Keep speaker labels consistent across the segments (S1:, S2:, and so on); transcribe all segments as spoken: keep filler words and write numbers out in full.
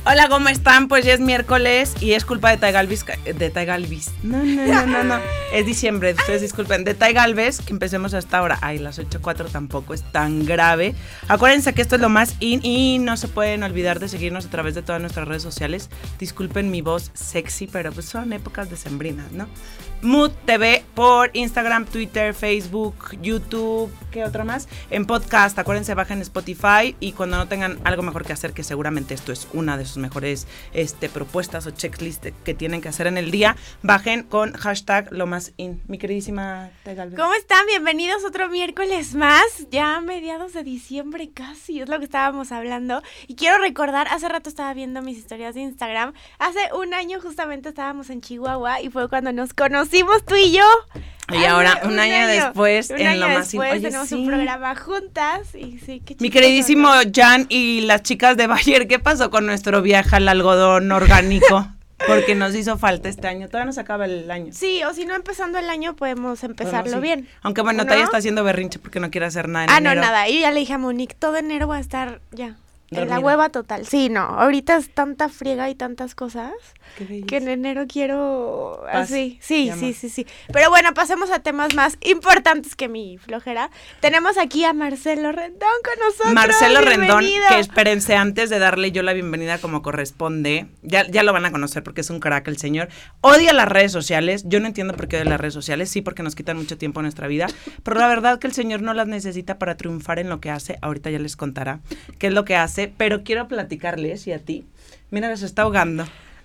S1: Hola, ¿cómo están? Pues ya es miércoles y es culpa de Tai Galvis, de Tai Galvis. No, no, no, no, no. Es diciembre, ustedes disculpen. De Tai Galvis, que empecemos hasta ahora. Ay, las ocho cuatro tampoco es tan grave. Acuérdense que esto es lo más in y no se pueden olvidar de seguirnos a través de todas nuestras redes sociales. Disculpen mi voz sexy, pero pues son épocas decembrinas, ¿no? Mood T V por Instagram, Twitter, Facebook, YouTube, ¿qué otro más? En podcast, acuérdense, bajen Spotify y cuando no tengan algo mejor que hacer, que seguramente esto es una de sus mejores este, propuestas o checklist que tienen que hacer en el día, bajen con hashtag lo más in. Mi queridísima Tai Galvis.
S2: ¿Cómo están? Bienvenidos otro miércoles más, ya a mediados de diciembre casi, es lo que estábamos hablando. Y quiero recordar, hace rato estaba viendo mis historias de Instagram, hace un año justamente estábamos en Chihuahua y fue cuando nos conocimos tú y yo.
S1: Y ahora, un, un año, año después,
S2: un
S1: en
S2: año
S1: lo más
S2: después,
S1: Oye,
S2: tenemos
S1: sí.
S2: un programa juntas. Y sí, qué
S1: Mi queridísimo
S2: ¿no?
S1: Jan y las chicas de Bayer, ¿qué pasó con nuestro viaje al algodón orgánico? Porque nos hizo falta este año. Todavía nos acaba el año.
S2: Sí, o si no empezando el año podemos empezarlo
S1: bueno, sí.
S2: bien.
S1: Aunque bueno,
S2: ¿no?
S1: Taya está haciendo berrinche porque no quiere hacer nada en
S2: Ah,
S1: enero.
S2: no, nada. Y ya le dije a Monique, todo enero va a estar ya.
S1: Dormida.
S2: En la hueva total. Sí, no. Ahorita es tanta friega y tantas cosas que en enero quiero
S1: Paz,
S2: así. Sí, sí, sí, sí. Pero bueno, pasemos a temas más importantes que mi flojera. Tenemos aquí a Marcelo Rendón con nosotros.
S1: Marcelo
S2: Bienvenido.
S1: Rendón, que espérense antes de darle yo la bienvenida como corresponde. Ya, ya lo van a conocer porque es un crack el señor. Odia las redes sociales. Yo no entiendo por qué odia las redes sociales. Sí, porque nos quitan mucho tiempo en nuestra vida. Pero la verdad que el señor no las necesita para triunfar en lo que hace. Ahorita ya les contará qué es lo que hace. Pero quiero platicarles y a ti. Mira, se está ahogando.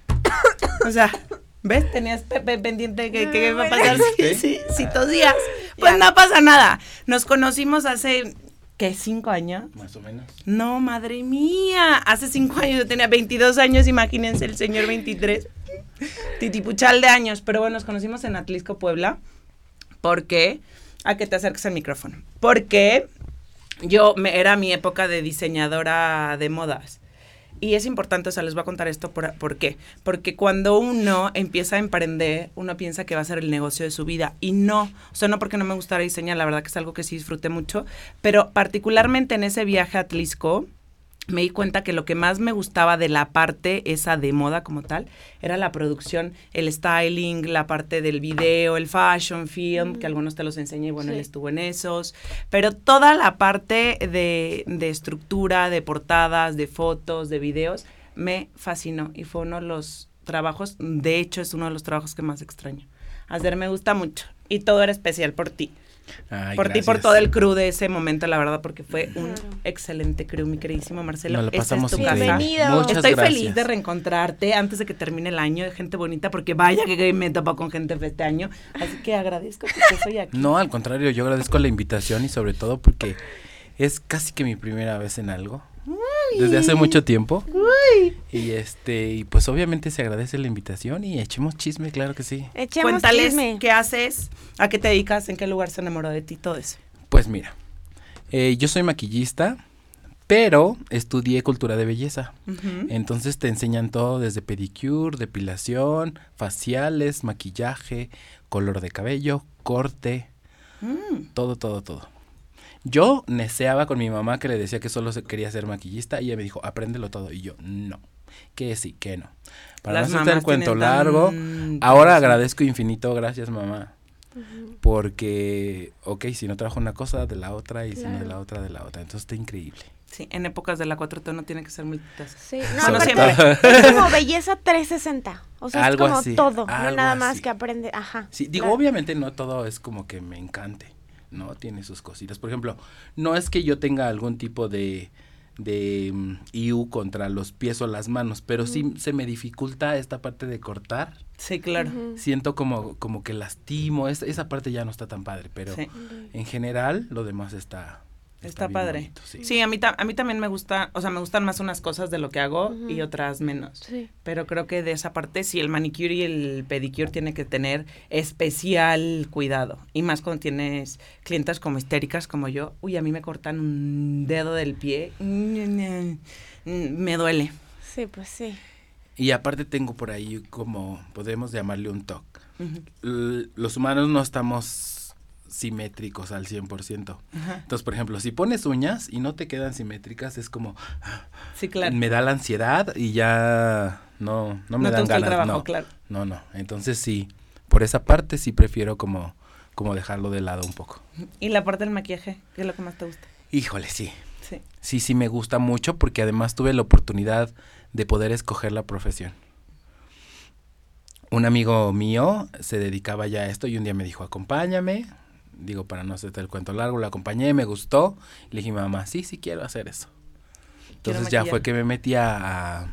S1: O sea, ¿ves? Tenías Pepe pendiente que, que iba a pasar si, si, si tosías. Pues ya. No pasa nada. Nos conocimos hace, ¿qué? ¿Cinco años?
S3: Más o menos.
S1: No, madre mía. Hace cinco años yo tenía veintidós años, imagínense el señor veintitrés. Titipuchal de años. Pero bueno, nos conocimos en Atlisco, Puebla. ¿Por qué? A que te acerques al micrófono. Porque yo, me, era mi época de diseñadora de modas. Y es importante, o sea, les voy a contar esto, por, ¿por qué? Porque cuando uno empieza a emprender, uno piensa que va a ser el negocio de su vida, y no, o sea, no porque no me gustara diseñar, la verdad que es algo que sí disfruté mucho, pero particularmente en ese viaje a Atlisco, me di cuenta que lo que más me gustaba de la parte esa de moda como tal, era la producción, el styling, la parte del video, el fashion film, mm. que algunos te los enseñé, y bueno, sí. Él estuvo en esos, pero toda la parte de, de estructura, de portadas, de fotos, de videos, me fascinó y fue uno de los trabajos, de hecho es uno de los trabajos que más extraño. Hacer me gusta mucho y todo era especial por ti.
S3: Ay,
S1: por
S3: gracias.
S1: ti, por todo el crew de ese momento, la verdad, porque fue un excelente crew, mi queridísimo Marcelo.
S3: Nos la pasamos
S1: Esta es tu
S2: increíble.
S1: casa.
S3: Muchas
S1: Estoy
S3: gracias.
S1: feliz de reencontrarte antes de que termine el año, de gente bonita, porque vaya que me topo con gente de este año, así que agradezco que estoy aquí.
S3: No, al contrario, yo agradezco la invitación y sobre todo porque es casi que mi primera vez en algo. Uy. Desde hace mucho tiempo.
S1: Uy.
S3: Y este, y pues obviamente se agradece la invitación y echemos chisme, claro que sí.
S2: Echemos
S1: Cuéntales
S2: chisme.
S1: Qué haces, a qué te dedicas, en qué lugar se enamoró de ti, todo eso.
S3: Pues mira, eh, yo soy maquillista, pero estudié cultura de belleza. Uh-huh. Entonces te enseñan todo desde pedicure, depilación, faciales, maquillaje, color de cabello, corte, mm. todo, todo, todo. Yo neceaba con mi mamá que le decía que solo quería ser maquillista y ella me dijo, apréndelo todo. Y yo, no, que sí, que no. Para
S1: Las
S3: no hacerte el cuento largo,
S1: tan...
S3: ahora agradezco infinito, gracias mamá. Uh-huh. Porque, ok, si no trabajo una cosa, de la otra, y claro. Si no de la otra, de la otra. Entonces está increíble.
S1: Sí, en épocas de la cuatro T no tiene que ser multitask.
S2: Sí, no,
S1: bueno,
S2: siempre. Es como belleza trescientos sesenta. O sea,
S3: algo
S2: es como
S3: así,
S2: todo, no nada
S3: así.
S2: más que aprende. Ajá.
S3: Sí, digo,
S2: claro.
S3: Obviamente no todo es como que me encante, ¿no? Tiene sus cositas. Por ejemplo, no es que yo tenga algún tipo de, de um, I U contra los pies o las manos, pero uh-huh. sí se me dificulta esta parte de cortar.
S1: Sí, claro.
S3: Uh-huh. Siento como, como que lastimo, es, esa parte ya no está tan padre, pero sí. En general lo demás está...
S1: Está, está padre.
S3: Bonito, sí,
S1: sí a, mí ta- a mí también me gusta, o sea, me gustan más unas cosas de lo que hago uh-huh. y otras menos.
S2: Sí.
S1: Pero creo que de esa parte sí, el manicure y el pedicure tiene que tener especial cuidado. Y más cuando tienes clientas como histéricas como yo. Uy, a mí me cortan un dedo del pie. Me duele.
S2: Sí, pues sí.
S3: Y aparte tengo por ahí como, podemos llamarle un toque. Uh-huh. L- los humanos no estamos simétricos al cien por ciento.
S1: Ajá.
S3: Entonces, por ejemplo, si pones uñas y no te quedan simétricas, es como,
S1: Sí, claro.
S3: me da la ansiedad y ya no, no me
S1: No te
S3: dan
S1: gusta el
S3: ganas.
S1: trabajo,
S3: no,
S1: claro.
S3: no, no. Entonces sí, por esa parte sí prefiero como, como dejarlo de lado un poco.
S1: ¿Y la parte del maquillaje? ¿Qué es lo que más te gusta?
S3: Híjole, sí.
S1: Sí.
S3: Sí, sí me gusta mucho porque además tuve la oportunidad de poder escoger la profesión. Un amigo mío se dedicaba ya a esto y un día me dijo, acompáñame. Digo, para no hacerte el cuento largo, lo acompañé, me gustó. Le dije a mi mamá, sí, sí quiero hacer eso. Entonces ya fue que me metí a,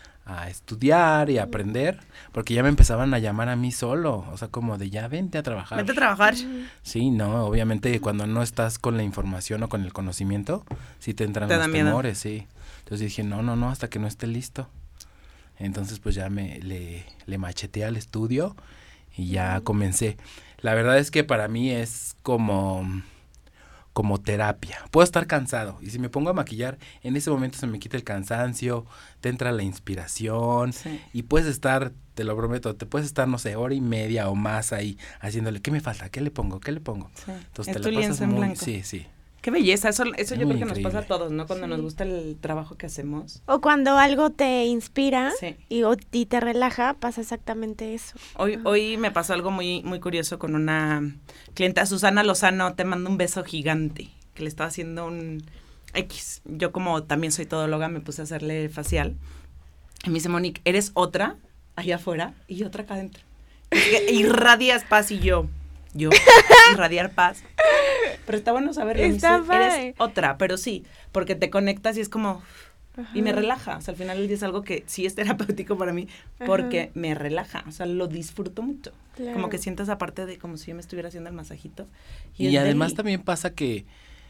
S3: a estudiar y a aprender, porque ya me empezaban a llamar a mí solo, o sea, como de ya vente a trabajar.
S1: Vete a trabajar.
S3: Sí, no, obviamente cuando no estás con la información o con el conocimiento, sí te entran
S1: Te da
S3: los
S1: miedo.
S3: temores, sí. Entonces dije, no, no, no, hasta que no esté listo. Entonces pues ya me le, le macheteé al estudio y ya comencé. La verdad es que para mí es como, como terapia. Puedo estar cansado y si me pongo a maquillar, en ese momento se me quita el cansancio, te entra la inspiración
S1: Sí.
S3: y puedes estar, te lo prometo, te puedes estar, no sé, hora y media o más ahí haciéndole, ¿qué me falta? ¿Qué le pongo? ¿Qué le pongo?
S1: Sí.
S3: Entonces
S1: Es
S3: te
S1: tu
S3: la pasas
S1: lienzo en
S3: muy,
S1: blanco.
S3: sí, sí.
S1: Qué belleza, eso, eso yo
S3: Muy
S1: creo que nos
S3: increíble.
S1: pasa a todos, ¿no? Cuando
S2: Sí.
S1: nos gusta el trabajo que hacemos.
S2: O cuando algo te inspira
S1: Sí.
S2: y, o- y te relaja, pasa exactamente eso.
S1: Hoy, hoy me pasó algo muy, muy curioso con una clienta, Susana Lozano, te mando un beso gigante, que le estaba haciendo un X. Yo como también soy todóloga, me puse a hacerle facial. Y me dice, Monique, ¿eres otra allá afuera y otra acá adentro? Es que irradias paz y yo, yo, irradiar paz. Pero está bueno saberlo, me
S2: Está
S1: dice,
S2: padre.
S1: eres otra, pero sí, porque te conectas y es como... Y me relaja, o sea, al final del día es algo que sí es terapéutico para mí, porque
S2: Ajá.
S1: me relaja, o sea, lo disfruto mucho.
S2: Claro.
S1: Como que siento esa parte de como si yo me estuviera haciendo el masajito.
S3: Y,
S1: es
S3: además
S1: deli.
S3: también pasa que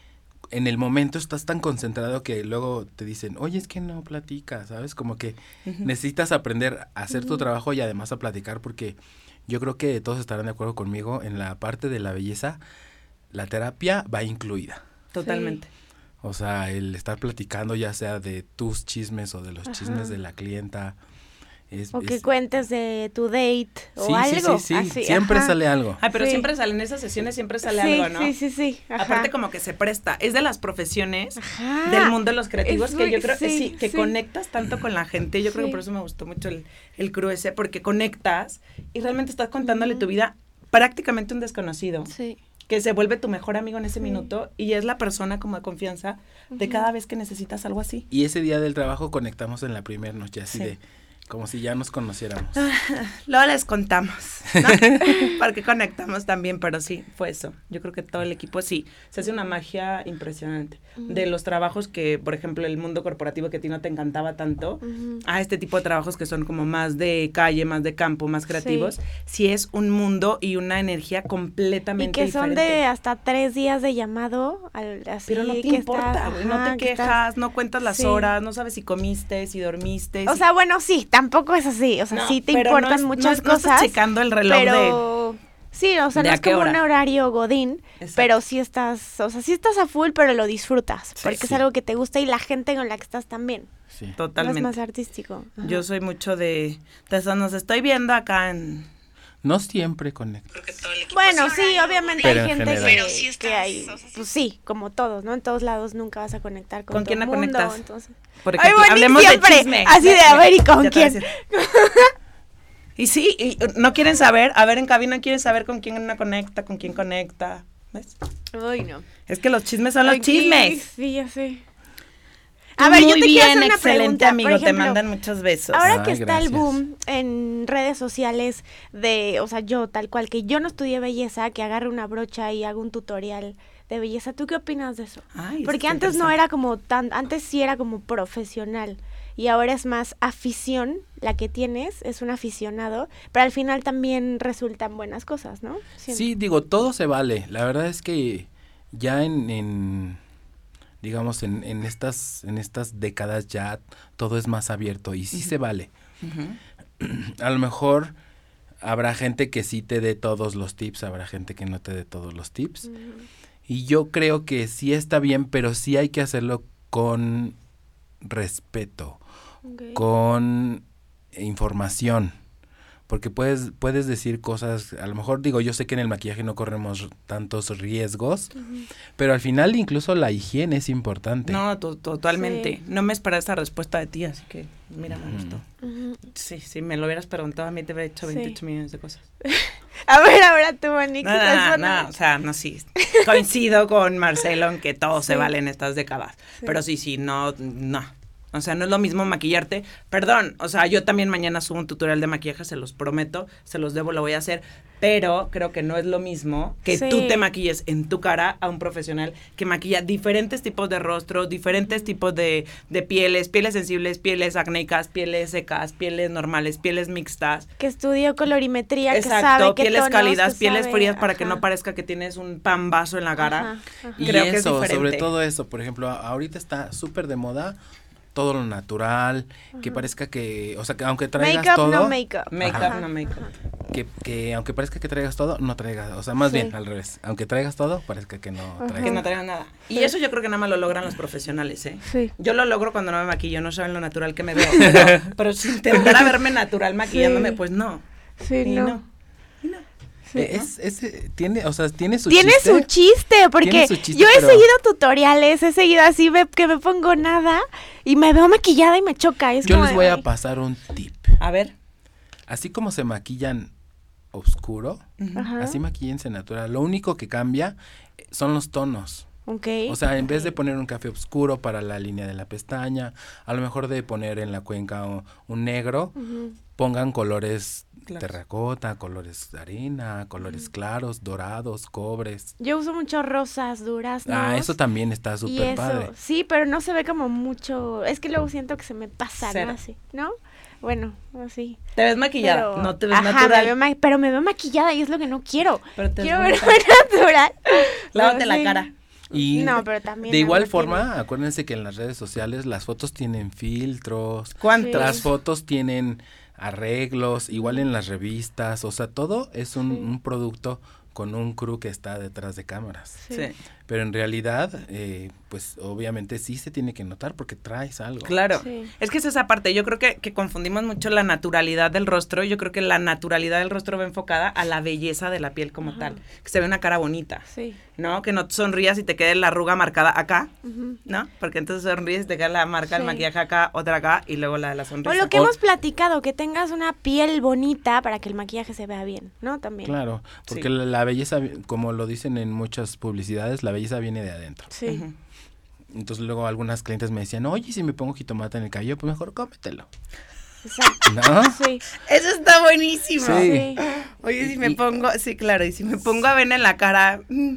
S3: en el momento estás tan concentrado que luego te dicen, oye, es que no platicas, ¿sabes? Como que
S1: Ujú.
S3: necesitas aprender a hacer tu
S2: Ujú.
S3: trabajo y además a platicar porque yo creo que todos estarán de acuerdo conmigo en la parte de la belleza, la terapia va incluida.
S1: Totalmente.
S3: O sea, el estar platicando ya sea de tus chismes o de los
S2: Ajá.
S3: chismes de la clienta. Es,
S2: O que
S3: es-
S2: cuentes de tu date o
S3: sí,
S2: algo.
S3: sí, sí, sí,
S2: así,
S3: siempre
S2: ajá.
S3: sale algo.
S1: Ay, pero
S2: Sí.
S1: siempre sale, en esas sesiones siempre sale
S2: sí,
S1: algo, ¿no?
S2: Sí, sí, sí. Ajá.
S1: Aparte como que se presta, es de las profesiones
S2: Ajá.
S1: del mundo de los creativos
S2: Es
S1: que
S2: muy-
S1: yo creo
S2: sí,
S1: sí, que
S2: sí.
S1: conectas tanto con la gente, yo creo que
S2: Sí.
S1: por eso me gustó mucho el, el crew ese, porque conectas y realmente estás contándole
S2: Ujú.
S1: tu vida prácticamente a un desconocido,
S2: Sí.
S1: que se vuelve tu mejor amigo en ese
S2: Sí.
S1: minuto y es la persona como de confianza de
S2: Ujú.
S1: cada vez que necesitas algo así.
S3: Y ese día del trabajo conectamos en la primera noche, así
S1: Sí.
S3: de, como si ya nos conociéramos.
S1: Luego les contamos, ¿no? Porque conectamos también, pero sí, fue eso. Yo creo que todo el equipo sí, se hace una magia impresionante. De los trabajos que, por ejemplo, el mundo corporativo que a ti no te encantaba tanto,
S2: Ujú.
S1: a este tipo de trabajos que son como más de calle, más de campo, más creativos, sí,
S2: Sí.
S1: es un mundo y una energía
S2: Y
S1: completamente
S2: que son
S1: diferente.
S2: de hasta tres días de llamado. Al, así
S1: Pero no te
S2: que
S1: importa,
S2: estás-
S1: güey, no
S2: ajá,
S1: te
S2: que estás-
S1: quejas, no cuentas las
S2: Sí.
S1: horas, no sabes si comiste, si dormiste.
S2: O
S1: si-
S2: sea, bueno, sí, tampoco es así. O sea,
S1: No,
S2: sí te
S1: pero
S2: importan
S1: no es-
S2: muchas
S1: no es- no estás
S2: cosas.
S1: checando el reloj de...
S2: pero sí, o sea,
S1: ¿de
S2: no
S1: a
S2: es
S1: qué
S2: como
S1: hora?
S2: un horario godín,
S1: Exacto.
S2: pero sí estás, o sea, sí estás a full, pero lo disfrutas,
S1: Sí,
S2: porque es
S3: sí.
S2: algo que te gusta y la gente con la que estás también.
S3: Sí.
S1: Totalmente.
S2: Es más artístico. Ajá.
S1: Yo soy mucho de, de eso, nos estoy viendo acá en...
S3: No siempre conecto.
S2: Bueno, sí, obviamente
S3: Pero
S2: hay
S3: en
S2: gente que,
S3: general.
S4: Pero sí estás,
S2: que hay,
S4: o sea, sí.
S2: pues sí, como todos, ¿no? En todos lados nunca vas a conectar con,
S1: ¿Con
S2: todo
S1: quién
S2: el
S1: no
S2: mundo,
S1: conectas?
S2: entonces.
S1: Porque
S2: Ay,
S1: aquí
S2: Monique
S1: hablemos
S2: siempre,
S1: de chisme.
S2: así de, a ver, ¿y con
S1: Ya te voy a
S2: quién?
S1: decir. Y sí, y no quieren saber, a ver, en cabina quieren saber con quién uno conecta, con quién conecta, ¿ves?
S2: Uy, no.
S1: Es que los chismes son los
S2: Aquí,
S1: chismes.
S2: Sí, ya sé.
S1: Tú
S2: A ver, yo
S1: muy
S2: te
S1: bien,
S2: quiero hacer una
S1: excelente
S2: pregunta.
S1: amigo,
S2: Por
S1: te
S2: ejemplo,
S1: mandan muchos besos.
S2: ahora
S3: Ay,
S2: que está el
S3: gracias.
S2: boom en redes sociales de, o sea, yo tal cual, que yo no estudié belleza, que agarre una brocha y haga un tutorial de belleza, ¿tú qué opinas de eso?
S1: Ay, eso
S2: Porque
S1: está
S2: antes no
S1: interesante.
S2: era como tan, antes sí era como profesional y ahora es más afición la que tienes, es un aficionado, pero al final también resultan buenas cosas, ¿no? Siento.
S3: Sí, digo, todo se vale. La verdad es que ya en, en digamos, en, en estas en estas décadas ya todo es más abierto y sí se vale.
S1: Ujú.
S3: A lo mejor habrá gente que sí te dé todos los tips, habrá gente que no te dé todos los tips.
S2: Ujú.
S3: Y yo creo que sí está bien, pero sí hay que hacerlo con respeto,
S2: Ok.
S3: con información. porque puedes puedes decir cosas, a lo mejor digo, yo sé que en el maquillaje no corremos tantos riesgos, uh-huh. pero al final incluso la higiene es importante.
S1: No, to- totalmente. Sí. No me esperaba esta respuesta de ti, así que mira, me gustó. Uh-huh. Sí, si me lo hubieras preguntado a mí te hubiera hecho veintiocho sí. millones de cosas.
S2: A ver, ahora tú, Monique.
S1: No, no, no, no, o sea, no, sí, coincido con Marcelo en que todo sí. se vale en estas décadas, sí. pero sí, sí, no, no. O sea, no es lo mismo maquillarte. Perdón, o sea, yo también mañana subo un tutorial de maquillaje, se los prometo, se los debo, lo voy a hacer. Pero creo que no es lo mismo que sí. tú te maquilles en tu cara a un profesional que maquilla diferentes tipos de rostros, diferentes tipos de, de pieles, pieles sensibles, pieles acnéicas, pieles secas, pieles normales, pieles mixtas.
S2: Que estudió colorimetría,
S1: Exacto,
S2: que sabe
S1: pieles
S2: tonos,
S1: cálidas,
S2: que
S1: pieles
S2: sabe,
S1: frías para
S2: ajá.
S1: que no parezca que tienes un pan vaso en la cara.
S2: Ajá, ajá.
S3: Y
S1: creo
S3: eso,
S1: que es diferente.
S3: sobre todo eso, por ejemplo, ahorita está súper de moda todo lo natural, uh-huh. que parezca que, o sea, que aunque traigas
S2: make-up,
S3: todo.
S2: no make-up.
S1: Make-up, no make-up.
S3: Que, que aunque parezca que traigas todo, no traigas, o sea, más sí. bien al revés. Aunque traigas todo, parezca que no
S1: uh-huh.
S3: traigas.
S1: Que no traigas nada. Y sí. eso yo creo que nada más lo logran los profesionales, ¿eh?
S2: Sí.
S1: Yo lo logro cuando no me maquillo, no saben lo natural que me veo. Pero, pero si intentara verme natural maquillándome, sí. pues no.
S2: Sí,
S1: y
S2: no.
S1: no. Y no.
S3: Sí, es, es, tiene, o sea, tiene su
S2: tiene
S3: chiste.
S2: Tiene su chiste, porque su chiste, yo he pero... seguido tutoriales, he seguido así me, que me pongo nada y me veo maquillada y me choca. Es
S3: yo
S2: como,
S3: les voy
S2: ay.
S3: a pasar un tip.
S1: A ver.
S3: Así como se maquillan oscuro,
S2: uh-huh.
S3: así maquillense natural. Lo único que cambia son los tonos.
S2: Okay.
S3: O sea, en
S2: okay.
S3: vez de poner un café oscuro para la línea de la pestaña, a lo mejor de poner en la cuenca un, un negro, uh-huh. pongan colores claro. terracota, colores de arena, colores uh-huh. claros, dorados, cobres.
S2: Yo uso mucho rosas, duraznos.
S3: Ah, eso también está súper padre.
S2: Sí, pero no se ve como mucho, es que luego siento que se me pasa, Cero. ¿no? Así, ¿no? Bueno, así.
S1: Te ves maquillada, pero, no te ves
S2: ajá,
S1: natural.
S2: Me veo ma- pero me veo maquillada y es lo que no quiero.
S1: Pero te
S2: quiero verme natural.
S1: Lávate la
S2: sí.
S1: cara.
S3: Y
S2: no, pero también
S3: de igual
S2: no
S3: forma,
S2: tiene.
S3: Acuérdense que en las redes sociales las fotos tienen filtros.
S1: ¿Cuántos?
S3: Las fotos tienen arreglos, igual en las revistas, o sea, todo es un, sí. un producto con un crew que está detrás de cámaras.
S1: Sí. sí.
S3: Pero en realidad, eh, pues obviamente sí se tiene que notar porque traes algo.
S1: Claro,
S2: sí.
S1: es que es esa parte, yo creo que, que confundimos mucho la naturalidad del rostro, yo creo que la naturalidad del rostro va enfocada a la belleza de la piel como Ajá. tal, que se ve una cara bonita,
S2: sí.
S1: ¿no? Que no sonrías y te quede la arruga marcada acá,
S2: uh-huh.
S1: ¿no? Porque entonces sonríes y te queda la marca del sí. maquillaje acá, otra acá y luego la de la sonrisa.
S2: O lo que
S3: o,
S2: hemos platicado, que tengas una piel bonita para que el maquillaje se vea bien, ¿no? También.
S3: Claro, porque
S1: sí.
S3: la, la belleza, como lo dicen en muchas publicidades, la belleza viene de adentro.
S2: Sí.
S1: Uh-huh.
S3: Entonces luego algunas clientes me decían, oye, si me pongo jitomate en el cabello, pues mejor cómetelo.
S2: Exacto.
S3: ¿No?
S2: Sí.
S1: Eso está buenísimo.
S3: Sí.
S1: Oye, si me
S3: y,
S1: pongo, sí, claro, y si me pongo avena en la cara.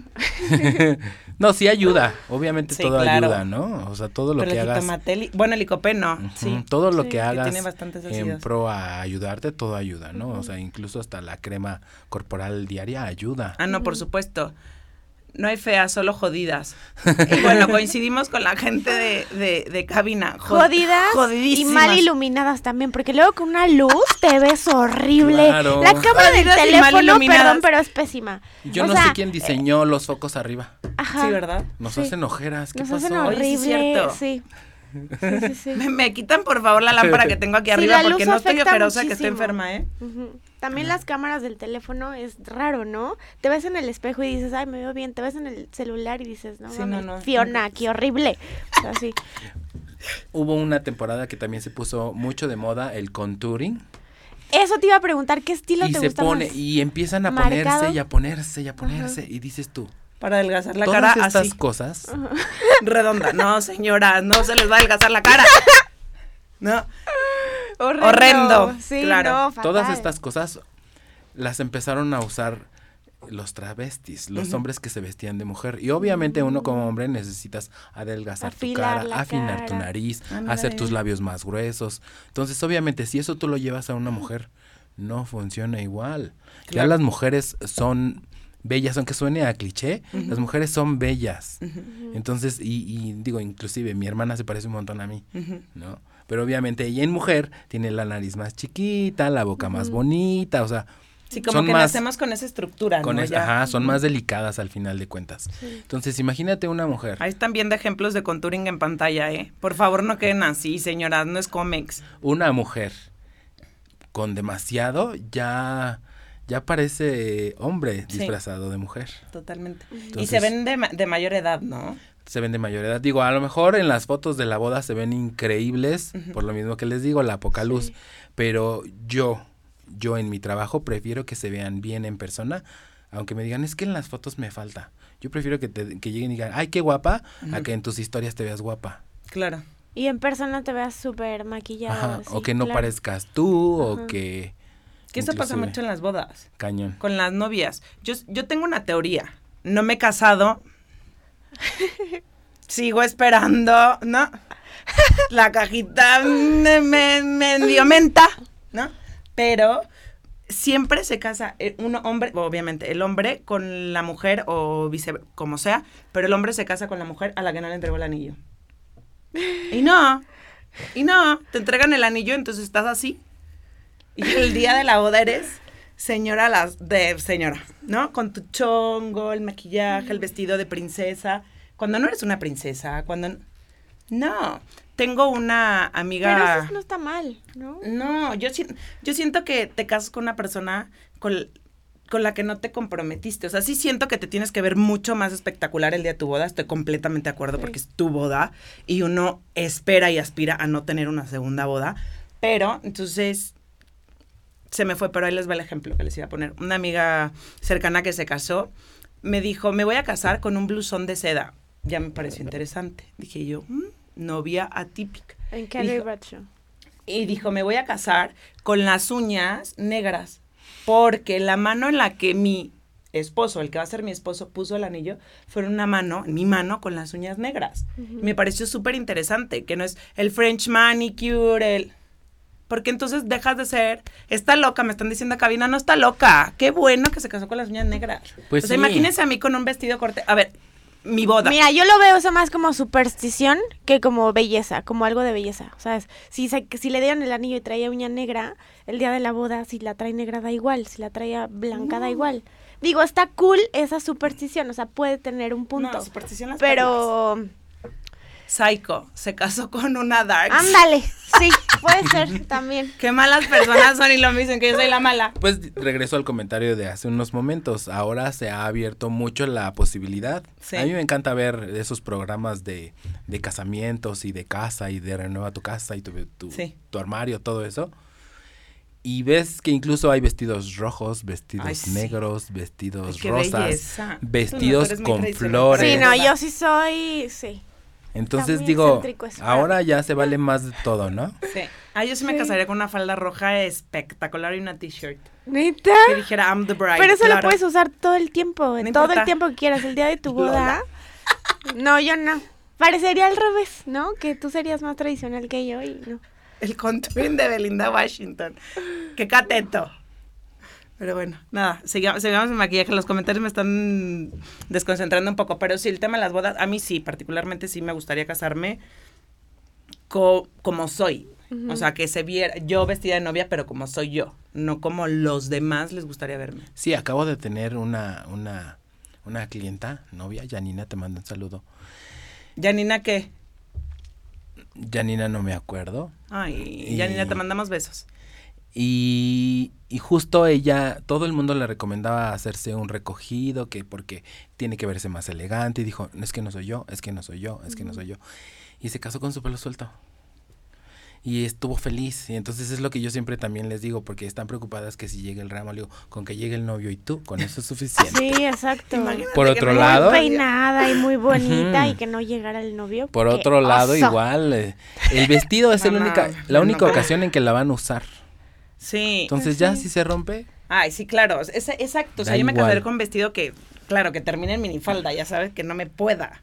S3: No, sí ayuda, obviamente sí, todo
S1: claro.
S3: ayuda, ¿no? O sea, todo lo
S1: Pero
S3: que
S1: el
S3: hagas.
S1: jitomate, bueno, el licopén no, uh-huh, sí.
S3: Todo lo
S2: sí,
S3: que hagas
S1: que tiene bastantes
S3: en pro a ayudarte, todo ayuda, ¿no? Uh-huh. O sea, incluso hasta la crema corporal diaria ayuda.
S1: Ah, no, uh-huh. por supuesto. No hay feas, solo jodidas. Y bueno, coincidimos con la gente de, de, de cabina.
S2: Jodidas y mal iluminadas también, porque luego con una luz te ves horrible.
S3: Claro.
S2: La cámara del teléfono, perdón, pero es pésima.
S3: Yo
S2: o
S3: no
S2: sea,
S3: sé quién diseñó eh, los focos arriba.
S2: Ajá.
S1: Sí, ¿verdad?
S3: Nos
S2: sí.
S3: hacen ojeras. ¿Qué
S2: Nos
S3: pasó?
S2: hacen horrible,
S1: Oye, sí, es cierto.
S2: sí. Sí, sí, sí.
S1: Me, me quitan por favor la lámpara que tengo aquí
S2: sí,
S1: arriba porque no estoy ojerosa,
S2: muchísimo.
S1: que estoy enferma, ¿eh?
S2: Uh-huh. También uh-huh. las cámaras del teléfono es raro, ¿no? Te ves en el espejo y dices, ay, me veo bien. Te ves en el celular y dices, no,
S1: sí,
S2: mames,
S1: no, no,
S2: Fiona,
S1: no.
S2: qué horrible. O sea, sí.
S3: Hubo una temporada que también se puso mucho de moda el contouring.
S2: Eso te iba a preguntar, ¿qué estilo
S3: y
S2: te
S3: se
S2: gusta
S3: pone,
S2: más?
S3: Y empiezan a
S2: ¿marcado?
S3: ponerse y a ponerse y a ponerse
S2: uh-huh.
S3: y dices tú.
S1: Para adelgazar la
S3: todas
S1: cara
S3: estas
S1: así.
S3: cosas.
S2: Uh-huh.
S1: Redonda. No, señora, no se les va a adelgazar la cara. No.
S2: Horrendo.
S1: Horrendo.
S2: Sí,
S1: claro.
S2: No, fatal.
S3: Todas estas cosas las empezaron a usar los travestis, los uh-huh. hombres que se vestían de mujer. Y obviamente uh-huh. uno como hombre necesitas adelgazar
S2: Afilar
S3: tu cara,
S2: la
S3: afinar
S2: cara.
S3: tu nariz,
S1: Ándale.
S3: hacer tus labios más gruesos. Entonces, obviamente, si eso tú lo llevas a una mujer, no funciona igual. Claro. Ya las mujeres son bellas, aunque suene a cliché, uh-huh. las mujeres son bellas. Uh-huh. Entonces, y, y digo, inclusive mi hermana se parece un montón a mí, uh-huh. ¿no? Pero obviamente ella en mujer tiene la nariz más chiquita, la boca uh-huh. más bonita, o sea,
S1: sí, como
S3: son
S1: que
S3: más,
S1: nacemos con esa estructura,
S3: con
S1: ¿no?
S3: Es, ajá, son uh-huh. más delicadas al final de cuentas. Sí. Entonces, imagínate una mujer.
S1: Ahí están viendo ejemplos de contouring en pantalla, ¿eh? Por favor, no queden así, señoras, no es cómics.
S3: Una mujer con demasiado, ya, ya parece hombre
S1: Sí.
S3: disfrazado de mujer.
S1: Totalmente. y
S3: Entonces-
S1: se ven de, ma- de mayor edad, ¿no?
S3: Se ven de mayor edad. Digo, a lo mejor en las fotos de la boda se ven increíbles,
S1: Ujú.
S3: por lo mismo que les digo, la poca luz.
S2: Sí.
S3: Pero yo, yo en mi trabajo prefiero que se vean bien en persona, aunque me digan, es que en las fotos me falta. Yo prefiero que, te, que lleguen y digan, ay, qué guapa, a
S1: Ujú.
S3: que en tus historias te veas guapa.
S1: Claro.
S2: Y en persona te veas súper maquillada.
S3: Ajá,
S2: sí,
S3: o que no
S2: claro.
S3: parezcas tú,
S2: Ajá.
S3: o que...
S1: Que eso pasa
S3: inclusive-
S1: mucho en las bodas,
S3: Cañón.
S1: con las novias. Yo, yo tengo una teoría. No me he casado. Sigo esperando, ¿no? La cajita me, me, me dio menta, ¿no? Pero siempre se casa eh, un hombre, obviamente, el hombre con la mujer o viceversa, como sea, pero el hombre se casa con la mujer a la que no le entregó el anillo. Y no, y no, te entregan el anillo, entonces estás así. Y el día de la boda eres señora las de señora, ¿no? Con tu chongo, el maquillaje, el vestido de princesa. Cuando no eres una princesa, cuando no. Tengo una amiga.
S2: Pero eso no está mal, ¿no?
S1: No, yo si- yo siento que te casas con una persona con, con la que no te comprometiste. O sea, sí siento que te tienes que ver mucho más espectacular el día de tu boda. Estoy completamente de acuerdo
S2: Sí.
S1: porque es tu boda y uno espera y aspira a no tener una segunda boda. Pero, entonces, se me fue, pero ahí les va el ejemplo que les iba a poner. Una amiga cercana que se casó me dijo, me voy a casar con un blusón de seda. Ya me pareció interesante. Dije yo, "Mm, novia atípica".
S2: En Carrie
S1: Dijo-
S2: Bradshaw.
S1: Y dijo, me voy a casar con las uñas negras, porque la mano en la que mi esposo, el que va a ser mi esposo, puso el anillo, fue una mano, mi mano, con las uñas negras.
S2: Ujú.
S1: Me pareció súper interesante, que no es el French manicure, el... Porque entonces dejas de ser, está loca, me están diciendo cabina, no está loca. Qué bueno que se casó con las uñas negras.
S3: Pues
S1: o sea,
S3: sí.
S1: imagínense a mí con un vestido corte. A ver, mi boda.
S2: Mira, yo lo veo eso más como superstición que como belleza, como algo de belleza, ¿sabes? Si, se, si le dieron el anillo y traía uña negra, el día de la boda, si la trae negra da igual, si la traía blanca da igual. Digo, está cool esa superstición, o sea, puede tener un punto.
S1: No, superstición las perlas.
S2: pero,
S1: Psycho, se casó con una dark.
S2: ándale, sí, puede ser también.
S1: Qué malas personas son y lo me dicen que yo soy la mala.
S3: Pues regreso al comentario de hace unos momentos. Ahora se ha abierto mucho la posibilidad.
S1: Sí.
S3: A mí me encanta ver esos programas de, de casamientos y de casa y de renueva tu casa y tu, tu,
S1: Sí.
S3: tu armario, todo eso. Y ves que incluso hay vestidos rojos, vestidos
S1: Ay, sí.
S3: negros, vestidos
S1: Ay, qué
S3: rosas,
S1: belleza.
S3: vestidos
S1: Tú no, tú eres muy
S3: con
S1: tradicional
S3: flores.
S1: para
S2: Sí,
S1: la
S2: no,
S1: boda.
S2: yo sí soy, sí.
S3: Entonces
S2: Está muy
S3: digo,
S2: excéntrico eso.
S3: ahora ya se vale más de todo, ¿no?
S1: Sí. Ah, yo sí me
S2: Sí.
S1: casaría con una falda roja espectacular y una t-shirt.
S2: ¿Neta?
S1: Que dijera I'm the bride.
S2: Pero eso
S1: claro.
S2: lo puedes usar todo el tiempo,
S1: No
S2: todo
S1: importa.
S2: el tiempo que quieras, el día de tu
S1: Lola.
S2: boda. No, yo no. Parecería al revés, ¿no? Que tú serías más tradicional que yo y no.
S1: El contouring de Belinda Washington. Qué cateto. Pero bueno, nada, sigamos, sigamos en maquillaje. Los comentarios me están desconcentrando un poco. Pero sí, el tema de las bodas, a mí sí, particularmente sí me gustaría casarme co- como soy.
S2: Ujú.
S1: O sea, que se viera yo vestida de novia, pero como soy yo. No como los demás les gustaría verme.
S3: Sí, acabo de tener una, una, una clienta, novia, Janina, te mando un saludo.
S1: Janina, ¿qué?
S3: Janina no me acuerdo.
S1: Ay,
S3: Y-
S1: Janina, te mandamos besos.
S3: Y, y justo ella, todo el mundo le recomendaba hacerse un recogido, que porque tiene que verse más elegante. Y dijo, es que no soy yo, es que no soy yo, es que no soy yo. Y se casó con su pelo suelto. Y estuvo feliz. Y entonces es lo que yo siempre también les digo, porque están preocupadas que si llega el ramo, le digo, con que llegue el novio y tú, con eso es suficiente.
S2: Sí, exacto.
S1: Imagínate
S3: Por
S1: que
S3: otro
S1: no-
S3: lado-
S2: Muy peinada y muy bonita
S3: Ujú.
S2: y que no llegara el novio.
S3: Por
S2: ¡qué
S3: otro lado,
S2: oso!
S3: igual, eh, el vestido es
S1: No,
S3: el
S1: no,
S3: única,
S1: no,
S3: la
S1: no,
S3: única
S1: no.
S3: ocasión en que la van a usar.
S1: Sí.
S3: Entonces ya si se rompe,
S1: Ay, sí, claro. Es, exacto. O sea,
S3: Da
S1: yo me
S3: igual.
S1: casaré con un vestido que, claro, que termine en minifalda, ya sabes, que no me pueda.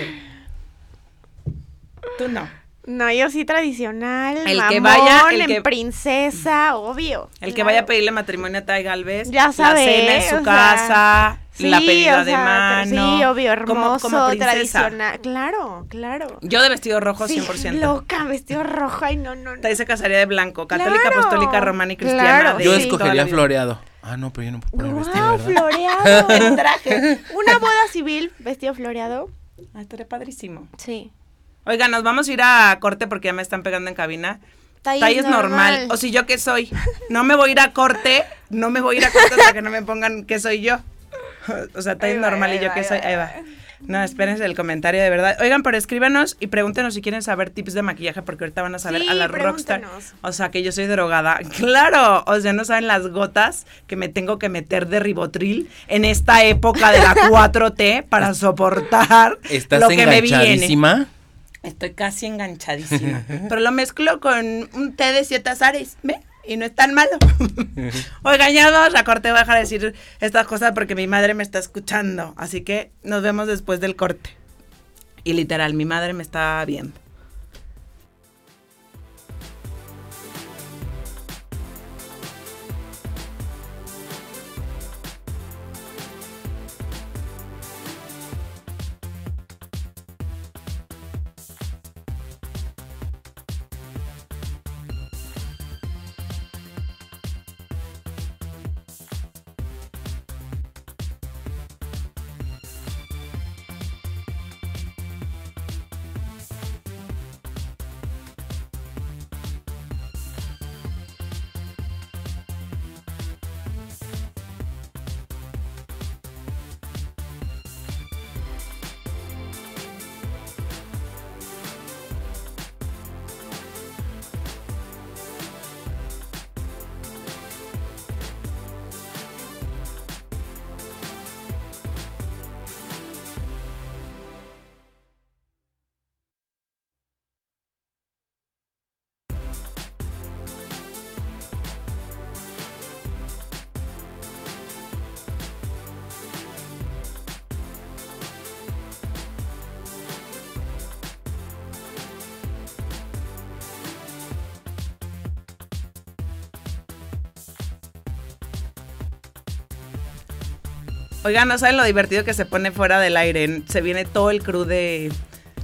S1: Tú no.
S2: No, yo sí tradicional,
S1: El que
S2: mamón,
S1: vaya, el
S2: en
S1: que-
S2: princesa, obvio.
S1: El que
S2: claro.
S1: vaya a pedirle matrimonio a Tai Galvez,
S2: Ya
S1: la
S2: sabe,
S1: cena en
S2: o
S1: su
S2: sea,
S1: casa,
S2: Sí,
S1: la pedida
S2: o
S1: de
S2: sea,
S1: mano.
S2: Sí, obvio,
S1: como-
S2: hermoso,
S1: como princesa.
S2: tradicional. Claro, claro.
S1: Yo de vestido rojo,
S2: Sí,
S1: cien por ciento.
S2: loca, vestido rojo, ay, no, no, no.
S1: Tai se casaría de blanco, católica,
S2: Claro,
S1: apostólica, romana y cristiana.
S2: claro,
S1: de
S3: yo
S2: sí.
S1: toda
S3: escogería
S1: la vida.
S3: floreado. Ah, no, pero yo no puedo poner vestido,
S2: Guau,
S3: ¿verdad?
S2: floreado.
S1: En traje.
S2: Una boda civil, vestido floreado.
S1: Ay, estaría padrísimo.
S2: Sí.
S1: Oiga, nos vamos a ir a corte porque ya me están pegando en cabina.
S2: Talla,
S1: Talla es normal.
S2: normal.
S1: O si yo qué soy. No me voy a ir a corte, no me voy a ir a corte hasta que no me pongan qué soy yo. O sea, talla es normal y yo qué soy. Ahí va. No, espérense el comentario de verdad. Oigan, pero escríbanos y pregúntenos si quieren saber tips de maquillaje, porque ahorita van a saber
S2: Sí,
S1: a la rockstar.
S2: pregúntenos.
S1: O sea, que yo soy drogada. Claro, o sea, no saben las gotas que me tengo que meter de ribotril en esta época de la cuatro T para soportar
S3: ¿Estás
S1: lo que me viene.
S3: enganchadísima?
S1: Estoy casi enganchadísima. Pero lo mezclo con un té de siete azares, ¿ve? Y no es tan malo. Oigan, ya vamos a corte, voy a dejar de decir estas cosas porque mi madre me está escuchando. Así que nos vemos después del corte. Y literal, mi madre me está viendo. Oigan, no saben lo divertido que se pone fuera del aire. Se viene todo el crew de,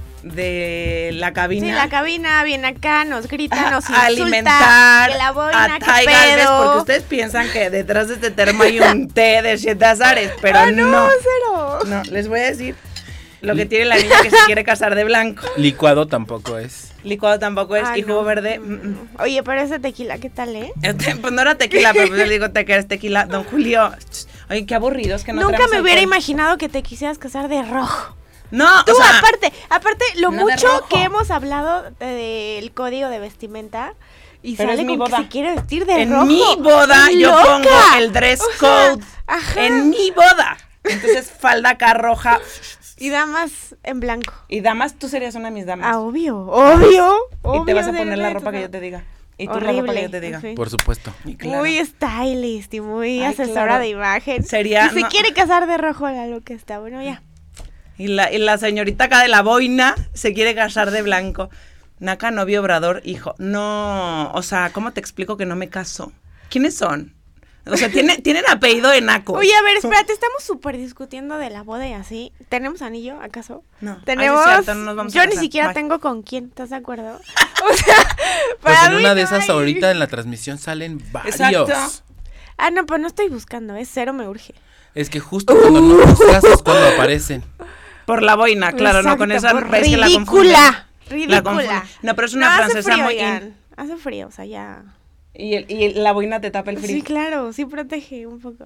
S1: de la cabina.
S2: Sí, la cabina viene acá, nos grita, nos
S1: a
S2: insulta.
S1: alimentar
S2: que la boina,
S1: a
S2: que
S1: Tai Galvez,
S2: pedo.
S1: porque ustedes piensan que detrás de este termo hay un té de siete azares, pero
S2: Ah, no,
S1: no.
S2: cero.
S1: No, les voy a decir lo que tiene la niña que se quiere casar de blanco.
S3: Licuado tampoco es.
S1: Licuado tampoco es,
S2: Ay,
S1: y jugo
S2: no.
S1: verde. mm, mm.
S2: Oye, pero ese tequila, ¿qué tal, eh?
S1: Este, pues no era tequila, pero pues yo le digo te que eres tequila. Don Julio, oye, qué aburridos que no
S2: Nunca
S1: traemos
S2: me hubiera
S1: alcohol.
S2: imaginado que te quisieras casar de rojo.
S1: No,
S2: Tú,
S1: o sea,
S2: aparte, aparte, lo
S1: no de
S2: mucho
S1: rojo.
S2: que hemos hablado del código de vestimenta y
S1: Pero
S2: sale
S1: es mi
S2: con
S1: boda.
S2: que se quiere vestir de
S1: en
S2: rojo.
S1: mi boda
S2: ¡Qué
S1: yo
S2: loca!
S1: pongo el dress
S2: O sea,
S1: code.
S2: ajá.
S1: En mi boda. Entonces, falda acá roja.
S2: Y damas en blanco.
S1: Y damas, tú serías una de mis damas.
S2: Ah, obvio, obvio.
S1: y te vas a
S2: obvio,
S1: poner la
S2: sería
S1: ropa que
S2: tu-
S1: yo te diga. Y tú la ropa que yo te diga.
S2: Horrible,
S3: Por supuesto.
S1: Y claro.
S2: Muy stylist y muy
S1: Ay,
S2: asesora
S1: claro.
S2: de imagen.
S1: Sería-
S2: Y se
S1: no.
S2: quiere casar de rojo, la loca está. Bueno, ya.
S1: Y la, y la señorita acá de la boina se quiere casar de blanco. Naca, novio, obrador, hijo. No, o sea, ¿cómo te explico que no me caso? ¿Quiénes son? O sea, tiene, tienen apellido de naco.
S2: Oye, a ver, espérate, estamos súper discutiendo de la boda y así. ¿Tenemos anillo, acaso?
S1: No. Ah,
S2: Tenemos.
S1: sí es cierto, no nos vamos a
S2: Yo ni
S1: casar.
S2: siquiera
S1: Bye.
S2: tengo con quién, ¿estás de acuerdo? O sea,
S3: Pues
S2: para
S3: en
S2: mí
S3: una de
S2: no
S3: esas
S2: hay-
S3: ahorita en la transmisión salen varios.
S1: Exacto.
S2: Ah, no, pues no estoy buscando, es cero me urge.
S3: Es que justo cuando no buscas es cuando aparecen.
S1: Por la boina, claro, no con esa.
S2: Exacto, por
S1: ves que la
S2: ridícula.
S1: confunden. La confunden.
S2: Ridícula.
S1: No, pero es una
S2: No, hace
S1: francesa
S2: frío,
S1: muy
S2: oigan,
S1: in.
S2: Hace frío, o sea, ya.
S1: Y, el- y el- la boina te tapa el frío.
S2: Sí, claro, sí protege un poco.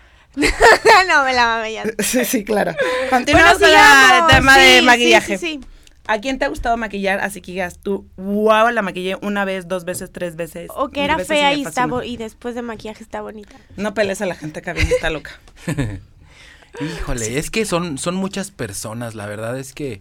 S2: No, me la mame ya.
S1: Sí, sí, claro. Continuamos
S2: Bueno,
S1: con la-
S2: sigamos.
S1: el tema
S2: Sí,
S1: de
S2: sí,
S1: maquillaje.
S2: Sí, sí.
S1: ¿A quién te ha gustado maquillar? Así que digas tú, wow, la maquillé una vez, dos veces, tres veces.
S2: O que
S1: mil
S2: era
S1: veces
S2: fea
S1: me
S2: y, está
S1: fascinó.
S2: bo- y después de maquillaje está bonita.
S1: No pelees a la gente que viene, está loca.
S3: Híjole, es que son, son muchas personas, la verdad es que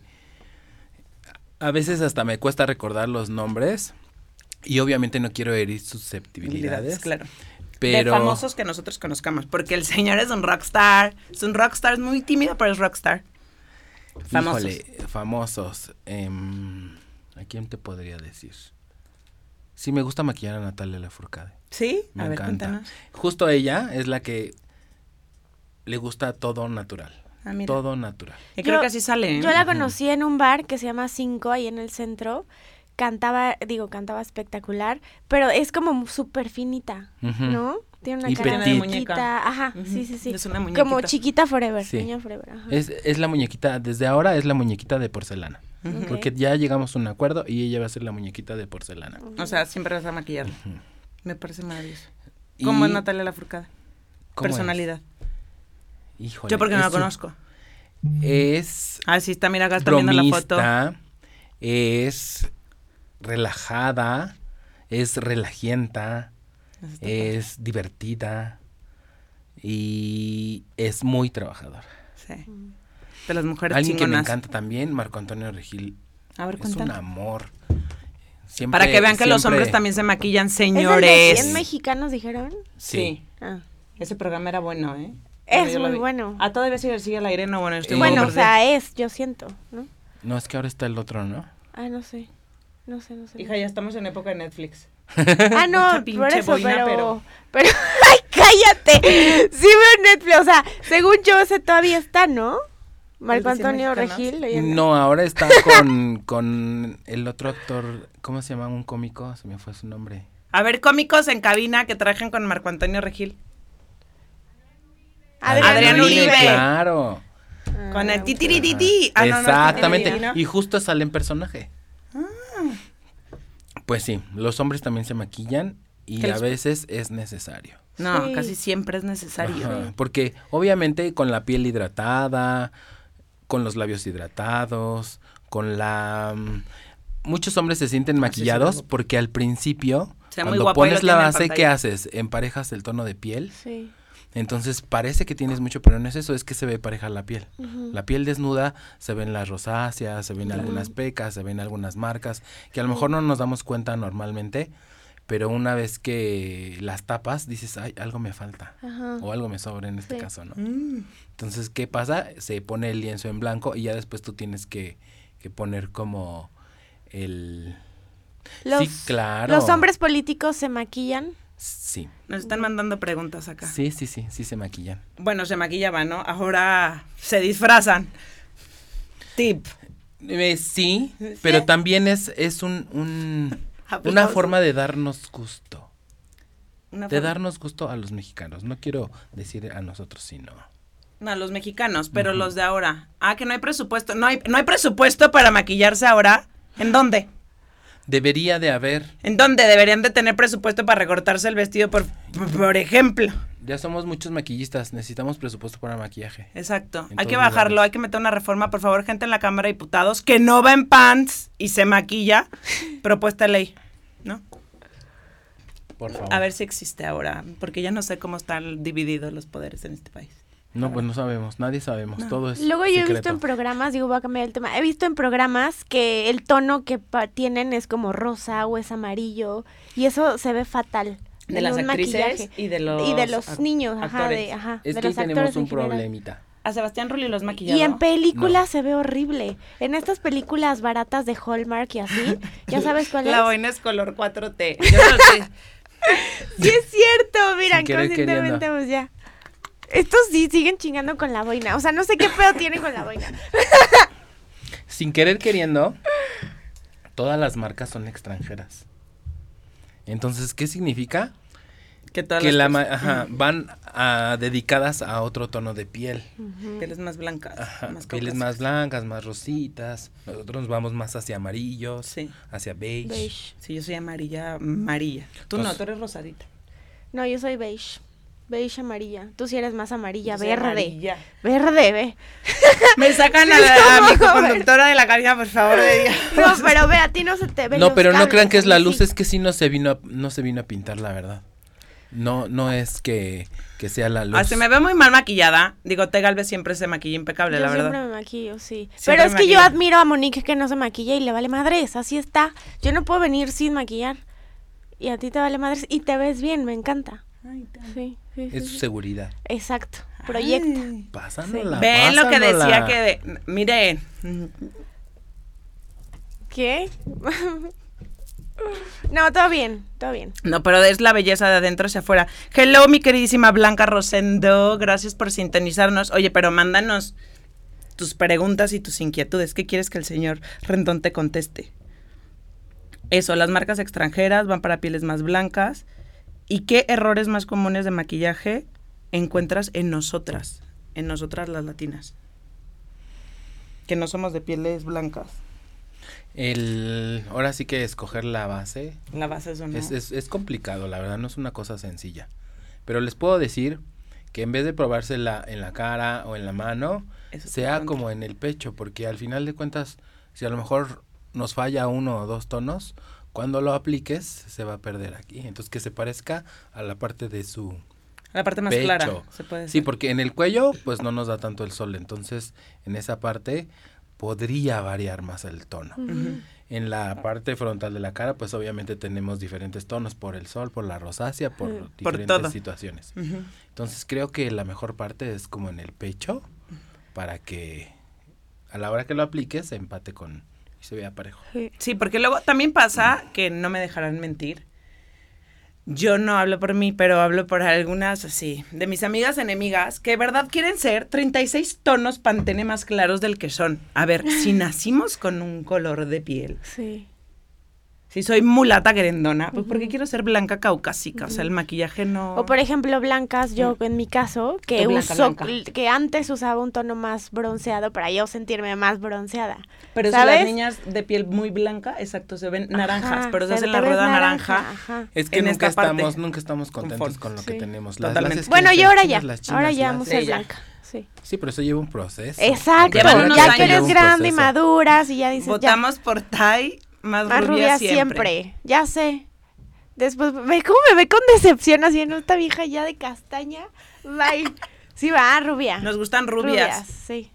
S3: a veces hasta me cuesta recordar los nombres y obviamente no quiero herir susceptibilidades.
S1: Claro.
S3: Pero
S1: De famosos que nosotros conozcamos, porque el señor es un rockstar, es un rockstar, es muy tímido, pero es rockstar. Famosos.
S3: Híjole, famosos. em, ¿A quién te podría decir? Sí, me gusta maquillar a Natalia Lafourcade.
S1: ¿Sí?
S3: Me
S1: a ver,
S3: encanta.
S1: cuéntanos.
S3: Justo ella es la que le gusta todo natural.
S1: Ah, mira.
S3: Todo natural.
S1: Y creo
S2: Yo-
S1: que así sale. ¿eh?
S2: Yo la conocí en un bar que se llama Cinco, ahí en el centro. Cantaba, digo, cantaba espectacular, pero es como súper finita,
S3: Ujú.
S2: ¿no? Tiene una
S3: Y
S2: cara
S3: petit.
S2: chiquita. Ajá,
S1: Ujú.
S2: sí, sí, sí.
S1: Es una
S2: Como
S1: muñequita.
S2: chiquita forever,
S3: Sí.
S2: niña forever. Ajá.
S3: Es, es la muñequita, desde ahora es la muñequita de porcelana.
S2: Ok.
S3: Porque ya llegamos a un acuerdo y ella va a ser la muñequita de porcelana.
S1: O sea, siempre vas a maquillar.
S3: Ujú.
S1: Me parece maravilloso.
S3: Y-
S1: ¿Cómo es Natalia Lafourcade?
S3: ¿Cómo es?
S1: Personalidad.
S3: Híjole,
S1: Yo porque no la
S3: es un-
S1: conozco.
S3: Es
S1: Ah, sí, está, mira, acá está viendo la foto.
S3: bromista, es relajada, es relajienta,
S1: Eso está padre.
S3: es divertida y es muy trabajadora.
S1: Sí. De las mujeres
S3: Alguien que me
S1: chingonas.
S3: encanta también, Marco Antonio Regil.
S1: A ver,
S3: Es un
S1: cuéntame.
S3: amor. Siempre-
S1: Para que vean que los
S3: siempre-
S1: hombres también se maquillan,
S2: ¿Es el de
S1: señores.
S2: cien mexicanos, dijeron?
S3: Sí.
S2: Ah.
S1: Ese programa era bueno, ¿eh?
S2: Es
S1: Yo lo
S2: muy
S1: vi.
S2: bueno.
S1: Ah, todavía sigue, sigue al aire, no, bueno, estoy
S3: Eh,
S1: muy
S2: Bueno, o
S1: perdida.
S2: sea, es, yo siento, ¿no?
S3: No, es que ahora está el otro, ¿no?
S2: Ah, no sé. No sé, no sé.
S1: Hija, ya estamos en época de Netflix.
S2: Ah, no,
S1: mucha
S2: por
S1: pinche
S2: eso,
S1: boina,
S2: pero,
S1: pero-
S2: pero... ¡Ay, cállate! Sí veo Netflix, o sea, según yo, ese todavía está, ¿no? Marco
S1: ¿El de cien
S2: Antonio
S1: mexicanos?
S2: Regil. oye,
S3: No, ahora está con, con el otro actor, ¿cómo se llama? Un cómico, se me fue su nombre.
S1: A ver, cómicos en cabina que trabajen con Marco Antonio Regil. Adrián Uribe.
S3: Claro.
S2: Ah,
S1: Con el
S2: ok.
S1: titirititi. Ah, no, no,
S3: Exactamente.
S1: titirititi, ¿no?
S3: Y justo sale en personaje. Pues sí, los hombres también se maquillan y
S1: ¿Qué
S3: a
S1: les-
S3: veces es necesario.
S1: No,
S2: Sí.
S1: casi siempre es necesario.
S3: Ajá, porque obviamente con la piel hidratada, con los labios hidratados, con la... mm, muchos hombres se sienten maquillados
S1: guapo.
S3: porque al principio,
S1: Se ve muy
S3: cuando
S1: guapo, ahí lo
S3: pones la
S1: tiene en
S3: base, ¿qué
S1: pantalla.
S3: haces? Emparejas el tono de piel.
S2: Sí.
S3: Entonces parece que tienes mucho, pero no es eso, es que se ve pareja la piel.
S2: Ujú.
S3: La piel desnuda, se ven las rosáceas, se ven algunas pecas, se ven algunas marcas, que a lo mejor no nos damos cuenta normalmente, pero una vez que las tapas, dices, ay, algo me falta,
S2: Ajá.
S3: o algo me sobra en este
S2: Sí.
S3: caso, ¿no?
S1: Mm.
S3: Entonces, ¿qué pasa? Se pone el lienzo en blanco y ya después tú tienes que, que poner como el...
S2: Los,
S3: sí, claro.
S2: ¿Los hombres políticos se maquillan?
S3: Sí,
S1: Nos están mandando preguntas acá.
S3: sí, sí, sí, sí se maquillan.
S1: Bueno, se maquillaban, ¿no? Ahora se disfrazan. Tip.
S3: Eh, sí, pero también es, es un, un- una
S1: Aplausos.
S3: forma de darnos gusto.
S1: Una
S3: De
S1: forma-
S3: darnos gusto a los mexicanos. No quiero decir a nosotros, sino...
S1: No, los mexicanos, pero
S3: Ujú.
S1: los de ahora. Ah, que no hay presupuesto. No hay, no hay presupuesto para maquillarse ahora. ¿En dónde?
S3: Debería de haber.
S1: ¿En dónde deberían de tener presupuesto para recortarse el vestido, por, por ejemplo?
S3: Ya somos muchos maquillistas. Necesitamos presupuesto para maquillaje.
S1: Exacto.
S3: En
S1: Hay que
S3: todos
S1: bajarlo,
S3: lugares.
S1: hay que meter una reforma. Por favor, gente en la Cámara de Diputados que no va en pants y se maquilla. Propuesta de ley, ¿no?
S3: Por favor.
S1: A ver si existe ahora, porque ya no sé cómo están divididos los poderes en este país.
S3: No, pues no sabemos. Nadie sabemos.
S1: No.
S3: Todo es
S2: Luego yo he visto
S3: secreto.
S2: en programas, digo, voy a cambiar el tema, he visto en programas que el tono que pa- tienen es como rosa o es amarillo y eso se ve fatal.
S1: De
S2: en
S1: las
S2: un
S1: actrices
S2: maquillaje.
S1: y de los
S2: Y de los
S1: ac-
S2: niños, ajá,
S1: actores.
S2: de, ajá,
S3: Es
S2: de
S3: que ahí
S2: los
S3: tenemos
S2: actores
S3: un
S2: en general.
S3: problemita.
S1: A Sebastián Rulli los maquillado.
S2: Y en películas
S3: No.
S2: se ve horrible. En estas películas baratas de Hallmark y así, ¿ya sabes cuál
S1: La
S2: es?
S1: boina es color cuatro T. Yo no sé.
S2: Sí es cierto, mira,
S3: Sin querer
S2: conscientemente
S3: queriendo.
S2: pues ya. Estos sí siguen chingando con la boina. O sea, no sé qué pedo tienen con la boina.
S3: Sin querer queriendo, todas las marcas son extranjeras. Entonces, ¿qué significa?
S1: Que todas
S3: Que
S1: las
S3: la ma-
S1: cosas-
S3: ajá, van a, dedicadas a otro tono de piel.
S1: Pieles más blancas.
S3: Ajá,
S1: más
S3: pieles
S1: caucásicas.
S3: más blancas, más rositas. Nosotros nos vamos más hacia amarillos,
S1: Sí.
S3: hacia beige.
S2: Beige.
S1: Sí, yo soy amarilla, amarilla. Tú no,
S3: Pues-
S1: tú eres rosadita.
S2: No, yo soy beige. Beige amarilla. Tú sí eres más amarilla,
S1: Yo soy
S2: verde.
S1: amarilla.
S2: Verde, ve.
S1: Me sacan a, la, a mi conductora de la cabina, por favor, de Dios.
S2: No, pero ve, a ti no se te ven
S3: No,
S2: los
S3: pero no
S2: cables,
S3: crean que
S2: a
S3: es
S2: mí
S3: la
S2: sí.
S3: luz, es que sí no se vino a, no se vino a pintar, la verdad. No, no es que, que sea la luz.
S1: Ah, se me ve muy mal maquillada. Digo, Te Galvez siempre se maquilla impecable,
S2: Yo
S1: la
S2: siempre
S1: verdad.
S2: me maquillo, sí.
S1: Siempre
S2: Pero es
S1: me
S2: que yo
S1: maquillo.
S2: admiro a Monique que no se maquilla y le vale madres, así está. Yo no puedo venir sin maquillar. Y a ti te vale madres y te ves bien, me encanta.
S1: Ay, te amo.
S2: Sí, sí, sí,
S3: Es su
S2: sí.
S3: seguridad.
S2: Exacto. Proyecta.
S1: Ay.
S3: Pásanosla,
S1: Ven lo que
S3: pásanosla.
S1: decía que... de- miren,
S2: ¿Qué? No, todo bien, todo bien.
S1: no, pero es la belleza de adentro hacia afuera. Hello, mi queridísima Blanca Rosendo, gracias por sintonizarnos. Oye, pero mándanos tus preguntas y tus inquietudes. ¿Qué quieres que el señor Rendón te conteste? Eso, las marcas extranjeras van para pieles más blancas. ¿Y qué errores más comunes de maquillaje encuentras en nosotras, en nosotras las latinas? Que no somos de pieles blancas.
S3: El, ahora sí que escoger la base
S1: La base es una...
S3: es, es, es complicado, la verdad, no es una cosa sencilla. Pero les puedo decir que en vez de probársela en la cara o en la mano,
S1: Eso
S3: sea
S1: te
S3: como en el pecho, porque al final de cuentas, si a lo mejor nos falla uno o dos tonos, cuando lo apliques se va a perder aquí. Entonces que se parezca a la parte de su
S1: La parte más
S3: pecho.
S1: clara, se puede
S3: Sí,
S1: decir.
S3: porque en el cuello pues no nos da tanto el sol, entonces en esa parte podría variar más el tono.
S1: Ujú.
S3: En la parte frontal de la cara pues obviamente tenemos diferentes tonos por el sol, por la rosácea, por
S2: Mm.
S1: Por
S3: diferentes
S1: todo.
S3: situaciones.
S1: Ujú.
S3: Entonces creo que la mejor parte es como en el pecho para que a la hora que lo apliques se empate con y se vea parejo.
S2: Sí.
S1: Sí, porque luego también pasa que no me dejarán mentir. Yo no hablo por mí, pero hablo por algunas así, de mis amigas enemigas, que de verdad quieren ser treinta y seis tonos Pantene más claros del que son. A ver, si nacimos con un color de piel,
S2: Sí.
S1: si soy mulata querendona, pues porque
S2: Ujú.
S1: quiero ser blanca caucásica, o sea, el
S2: Ujú.
S1: maquillaje no...
S2: O por ejemplo, blancas, yo en mi caso, que
S1: Tú blanca,
S2: uso,
S1: blanca.
S2: que antes usaba un tono más bronceado para yo sentirme más bronceada.
S1: Pero si
S2: ¿sabes?
S1: las niñas de piel muy blanca, exacto, se ven naranjas,
S2: Ajá,
S1: pero se
S2: te
S1: hacen la
S2: ves
S1: rueda naranja.
S2: ajá.
S3: Es que
S1: En
S3: nunca
S1: esta parte.
S3: estamos, nunca estamos contentos
S1: Conformes.
S3: con lo
S2: Sí.
S3: que tenemos.
S1: Totalmente.
S3: skin
S2: Bueno,
S3: las
S2: yo ahora
S3: chinas,
S2: ya,
S3: las chinas,
S2: ahora ya
S3: las-
S2: vamos a
S1: Sí,
S2: ser
S1: ya.
S2: blanca. Sí.
S3: Sí, pero eso lleva un proceso.
S2: Exacto,
S1: Llevan
S3: Lleva
S1: unos
S2: ya
S1: años.
S2: que eres
S3: un
S2: grande y
S3: proceso.
S2: maduras y ya dices,
S1: Votamos por Tai, más,
S2: ya, más
S1: rubia,
S2: rubia
S1: siempre.
S2: siempre. Ya sé. Después, ve cómo me ve con decepción así en esta vieja ya de castaña. Bye. Sí, va, rubia.
S1: Nos gustan rubias.
S2: sí.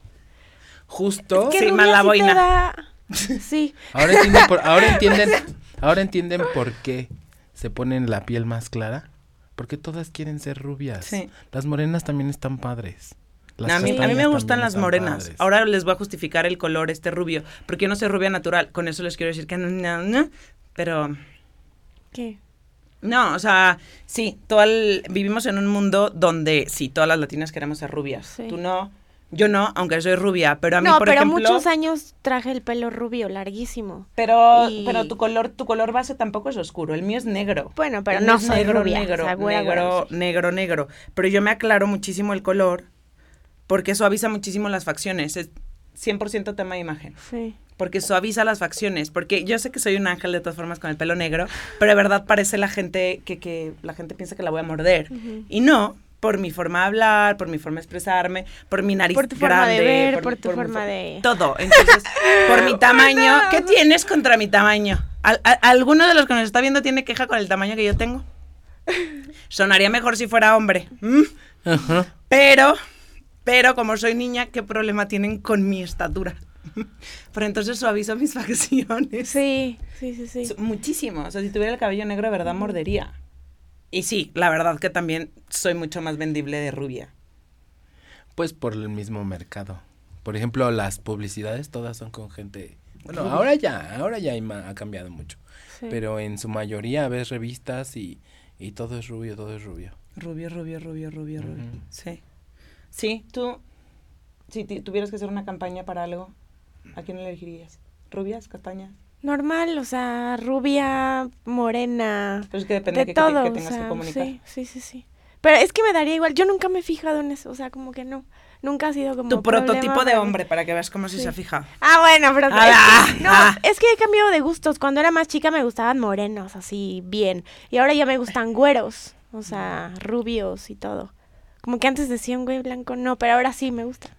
S3: Justo.
S2: Que
S1: Sí,
S2: rubia
S1: mala
S2: sí te
S1: boina.
S2: da- Sí.
S3: Ahora entienden, por, ahora entienden, ahora entienden por qué se ponen la piel más clara. Porque todas quieren ser rubias.
S1: Sí.
S3: Las morenas también están padres. Las
S1: No, a, mí, a mí
S3: castañas
S1: me gustan
S3: también
S1: las
S3: están
S1: morenas.
S3: padres.
S1: Ahora les voy a justificar el color este rubio, porque yo no soy rubia natural. Con eso les quiero decir que no, no, no, pero
S2: ¿Qué?
S1: no, o sea, sí, todo el- vivimos en un mundo donde sí, todas las latinas queremos ser rubias.
S2: Sí.
S1: Tú no, yo no, aunque soy rubia, pero a mí,
S2: No,
S1: por
S2: pero
S1: ejemplo,
S2: muchos años traje el pelo rubio, larguísimo.
S1: pero,
S2: y-
S1: pero tu color, tu color base tampoco es oscuro. El mío es negro.
S2: Bueno, pero
S1: El
S2: no
S1: mío es
S2: soy
S1: negro,
S2: rubia,
S1: negro,
S2: o sea, güera,
S1: negro,
S2: güera, sí.
S1: negro, negro. Pero yo me aclaro muchísimo el color porque suaviza muchísimo las facciones. Es cien por ciento tema de imagen.
S2: Sí.
S1: Porque suaviza las facciones. Porque yo sé que soy un ángel de todas formas con el pelo negro, pero de verdad parece la gente que, que la gente piensa que la voy a morder.
S2: Ujú.
S1: Y no, por mi forma de hablar, por mi forma de expresarme, por mi nariz
S2: Por tu forma
S1: grande.
S2: de ver, por tu
S1: mi
S2: forma
S1: fo-
S2: de-
S1: Todo. Entonces, por mi tamaño. ¿Qué tienes contra mi tamaño? ¿Al- a- ¿Alguno de los que nos está viendo tiene queja con el tamaño que yo tengo? Sonaría mejor si fuera hombre. ¿Mm?
S3: Ajá.
S1: Pero, pero como soy niña, ¿qué problema tienen con mi estatura? Pero entonces suavizo mis facciones.
S2: Sí, sí, sí, sí.
S1: Su- Muchísimo. O sea, si tuviera el cabello negro, de verdad mordería. Y sí, la verdad que también soy mucho más vendible de rubia.
S3: Pues por el mismo mercado. Por ejemplo, las publicidades todas son con gente. Bueno,
S1: Rubia.
S3: ahora ya, ahora ya hay ma- ha cambiado mucho.
S2: Sí.
S3: Pero en su mayoría ves revistas y, y todo es rubio, todo es rubio.
S1: Rubio, rubio, rubio, rubio, rubio.
S3: Ujú.
S1: Sí. Sí, tú, si ti- tuvieras que hacer una campaña para algo, ¿a quién elegirías? ¿Rubias, castañas?
S2: Normal, o sea, rubia, morena,
S1: Pues es que depende
S2: de
S1: de qué,
S2: todo,
S1: que
S2: o
S1: tengas
S2: sea,
S1: que comunicar.
S2: sí, sí, sí, sí. Pero es que me daría igual, yo nunca me he fijado en eso, o sea, como que no, nunca ha sido como
S1: Tu
S2: problema
S1: prototipo de
S2: para mí.
S1: hombre, para que veas cómo sí
S2: Sí.
S1: se ha fijado.
S2: Ah, bueno, pero
S1: Ah,
S2: es que, no,
S1: ah.
S2: es que he cambiado de gustos. Cuando era más chica me gustaban morenos, así bien. Y ahora ya me gustan güeros, o sea, rubios y todo. Como que antes decía un güey blanco, no, pero ahora sí me gustan.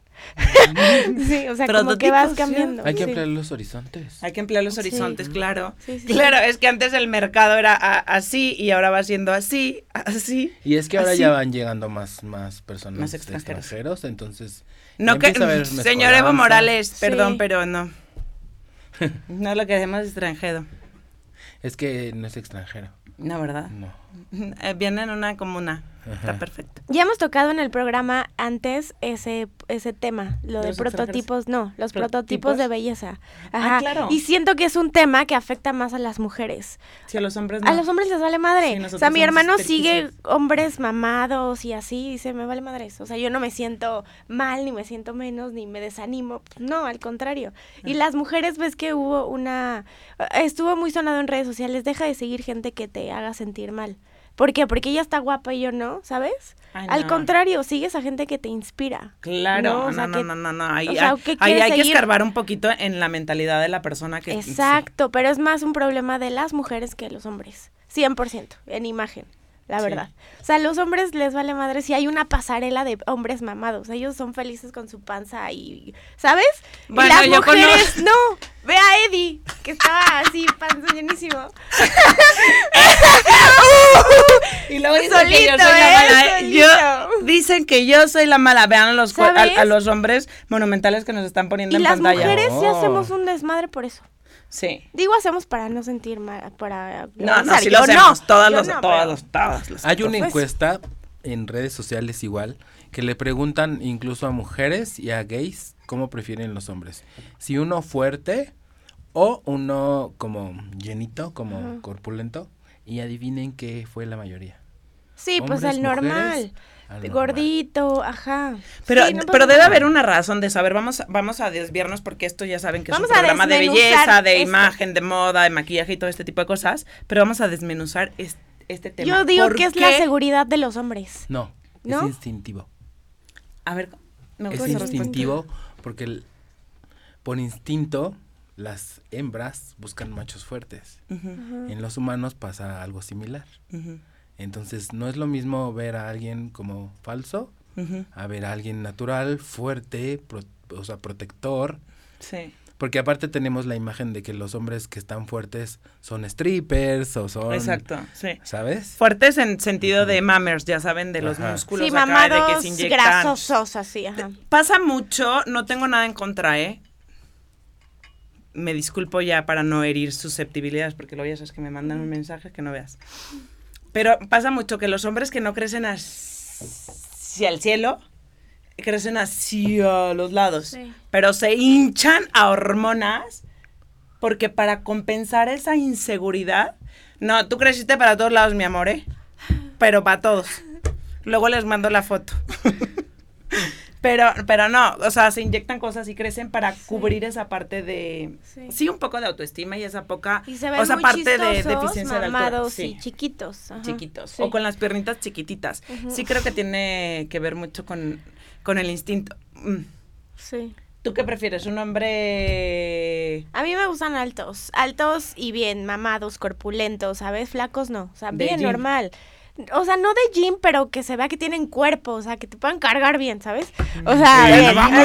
S2: Sí, o sea, como que vas
S1: Prototipos, sí.
S2: cambiando.
S3: Hay que
S2: sí.
S3: ampliar los horizontes.
S1: Hay que emplear los
S2: Sí.
S1: horizontes, claro.
S2: Sí, sí,
S1: Claro, es que antes el mercado era a- así y ahora va siendo así, así.
S3: Y es que ahora
S1: Así.
S3: ya van llegando más, más personas
S1: Más extranjeros.
S3: extranjeros, entonces
S1: No
S3: ya
S1: que,
S3: empieza a haber
S1: señor
S3: mezcolanza.
S1: Evo Morales, perdón,
S2: Sí.
S1: pero no. No lo queremos extranjero.
S3: Es que no es extranjero.
S1: No, ¿verdad?
S3: No.
S1: Eh, Viene en una comuna. Está
S3: Ajá.
S1: perfecto.
S2: Ya hemos tocado en el programa antes ese ese tema, lo
S1: ¿De
S2: de
S1: los
S2: prototipos, no, los
S1: ¿Prototipos?
S2: prototipos de belleza.
S1: Ah,
S2: Ajá.
S1: claro.
S2: Y siento que es un tema que afecta más a las mujeres.
S1: Si a los hombres no.
S2: A los hombres les vale
S1: Sí,
S2: madre. o
S1: nosotros
S2: sea, mi
S1: somos
S2: hermano sigue
S1: histéricos.
S2: hombres mamados y así, y dice, me vale madres. O sea, yo no me siento mal, ni me siento menos, ni me desanimo. No, al contrario. Y las mujeres, ves que hubo una... Estuvo muy sonado en redes sociales, deja de seguir gente que te haga sentir mal. ¿Por qué? Porque ella está guapa y yo no, ¿sabes?
S1: Ay,
S2: Al
S1: no.
S2: contrario, sigues a gente que te inspira.
S1: Claro,
S2: No,
S1: no,
S2: o sea,
S1: no,
S2: que-
S1: no, no, no, ahí,
S2: o sea,
S1: ahí-
S2: ¿qué
S1: ahí
S2: quieres
S1: hay que
S2: seguir?
S1: escarbar un poquito en la mentalidad de la persona que...
S2: Exacto, pero es más un problema de las mujeres que de los hombres. cien por ciento en imagen, la
S1: Sí.
S2: verdad. O sea, a los hombres les vale madre si hay una pasarela de hombres mamados. Ellos son felices con su panza y, ¿sabes?
S1: Bueno,
S2: y las
S1: yo
S2: mujeres, no. Ve a Eddie, que estaba así, panza llenísimo.
S1: Y luego dicen que
S2: Solito,
S1: yo soy la
S2: ¿eh?
S1: mala. ¿eh?
S2: Solito.
S1: Yo, dicen que yo soy la mala. Vean los, cue-
S2: ¿Sabes?
S1: a, a los hombres monumentales que nos están poniendo
S2: Y
S1: en
S2: las
S1: pantalla.
S2: mujeres sí
S3: No.
S2: hacemos un desmadre por eso.
S1: Sí.
S2: Digo, hacemos para no sentir mal, para...
S1: No, no,
S2: o sea,
S1: sí
S2: yo
S1: lo hacemos.
S2: no,
S1: todas
S2: yo
S1: los,
S2: no,
S1: todas
S2: pero-
S1: los, todas los.
S3: Hay una
S2: Pues-
S3: encuesta en redes sociales igual que le preguntan incluso a mujeres y a gays cómo prefieren los hombres. Si uno fuerte o uno como llenito, como
S2: Ajá.
S3: corpulento. Y adivinen qué fue la mayoría.
S2: Sí, pues
S3: Hombres,
S2: el
S3: mujeres,
S2: normal.
S3: al normal.
S2: Gordito, ajá.
S1: Pero,
S2: Sí, no pasa
S1: pero debe
S2: nada.
S1: haber una razón de saber, vamos, vamos a desviarnos porque esto ya saben que
S2: Vamos
S1: es un
S2: a
S1: programa de
S2: desmenuzar
S1: belleza, de
S2: esto.
S1: imagen, de moda, de maquillaje y todo este tipo de cosas, pero vamos a desmenuzar es- este tema.
S2: Yo digo
S1: ¿Por
S2: que es la
S1: qué?
S2: seguridad de los hombres.
S3: No,
S2: ¿No?
S3: es instintivo.
S1: A ver, me
S3: Es
S1: gusta esa respuesta.
S3: instintivo porque el- por instinto las hembras buscan machos fuertes.
S1: Ujú,
S3: En los humanos pasa algo similar.
S1: ujú,
S3: Entonces no es lo mismo ver a alguien como falso
S1: ujú.
S3: a ver a alguien natural, fuerte, pro- o sea, protector.
S1: Sí,
S3: Porque aparte tenemos la imagen de que los hombres que están fuertes son strippers o son...
S1: exacto, sí.
S3: ¿Sabes?
S1: Fuertes en sentido de mammers, ya saben, de los
S3: Ajá.
S1: músculos
S2: Sí,
S1: acá, de
S2: mamados,
S1: que se inyectan.
S2: grasosos, así, ajá.
S1: Pasa mucho, no tengo nada en contra, ¿eh? Me disculpo ya para no herir susceptibilidades, porque luego ya sabes que me mandan un mensaje que no veas. Pero pasa mucho que los hombres que no crecen hacia el cielo, crecen hacia los lados,
S2: Sí.
S1: pero se hinchan a hormonas, porque para compensar esa inseguridad, no, tú creciste para todos lados, mi amor, ¿eh? Pero para todos. Luego les mando la foto. Pero, pero no, o sea, se inyectan cosas y crecen para
S2: Sí.
S1: cubrir esa parte de,
S2: Sí.
S1: sí, un poco de autoestima y esa poca,
S2: Y se ven
S1: o sea,
S2: muy
S1: parte de
S2: chistosos,
S1: deficiencia de altura.
S2: mamados
S1: Sí,
S2: y chiquitos. Ajá.
S1: chiquitos,
S2: Sí.
S1: o con las piernitas chiquititas.
S2: Ujú.
S1: Sí creo que tiene que ver mucho con, con el instinto. Mm.
S2: Sí.
S1: ¿Tú qué prefieres? ¿Un hombre
S2: A mí me gustan altos, altos y bien mamados, corpulentos, ¿sabes? Flacos no, o sea,
S1: De
S2: bien
S1: gym.
S2: normal. O sea, no de gym, pero que se vea que tienen cuerpo, o sea, que te puedan cargar bien, ¿sabes? O sea,
S3: Sí,
S2: bien.
S3: vamos.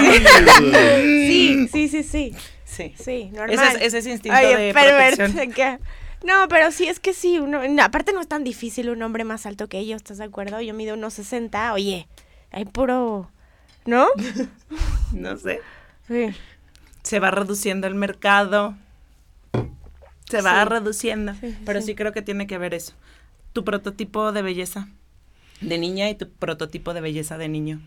S2: Sí, sí, sí, sí.
S1: Sí.
S2: Sí, normal.
S1: Ese es, ese es instinto
S2: Oye,
S1: de
S2: perverso,
S1: protección.
S2: ¿qué? No, pero sí, es que sí, uno, no, aparte no es tan difícil un hombre más alto que yo, ¿estás de acuerdo? Yo mido unos sesenta, oye, hay puro, ¿no?
S1: No sé.
S2: Sí.
S1: Se va reduciendo el mercado. Se va
S2: Sí.
S1: reduciendo.
S2: Sí, sí,
S1: pero
S2: sí.
S1: sí creo que tiene que ver eso. Tu prototipo de belleza de niña y tu prototipo de belleza de niño.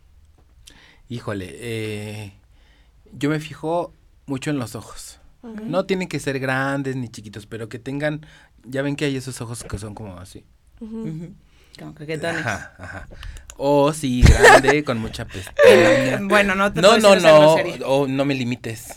S3: Híjole, eh, yo me fijo mucho en los ojos.
S2: Ok.
S3: No tienen que ser grandes ni chiquitos, pero que tengan, ya ven que hay esos ojos que son como así.
S2: Ujú.
S1: Ujú. Como coquetones.
S3: Ajá, ajá. O sí, grande, con mucha pestaña.
S1: Bueno, no te
S3: No,
S1: puedo
S3: no,
S1: decir esa
S3: no,
S1: grosería.
S3: o no me limites.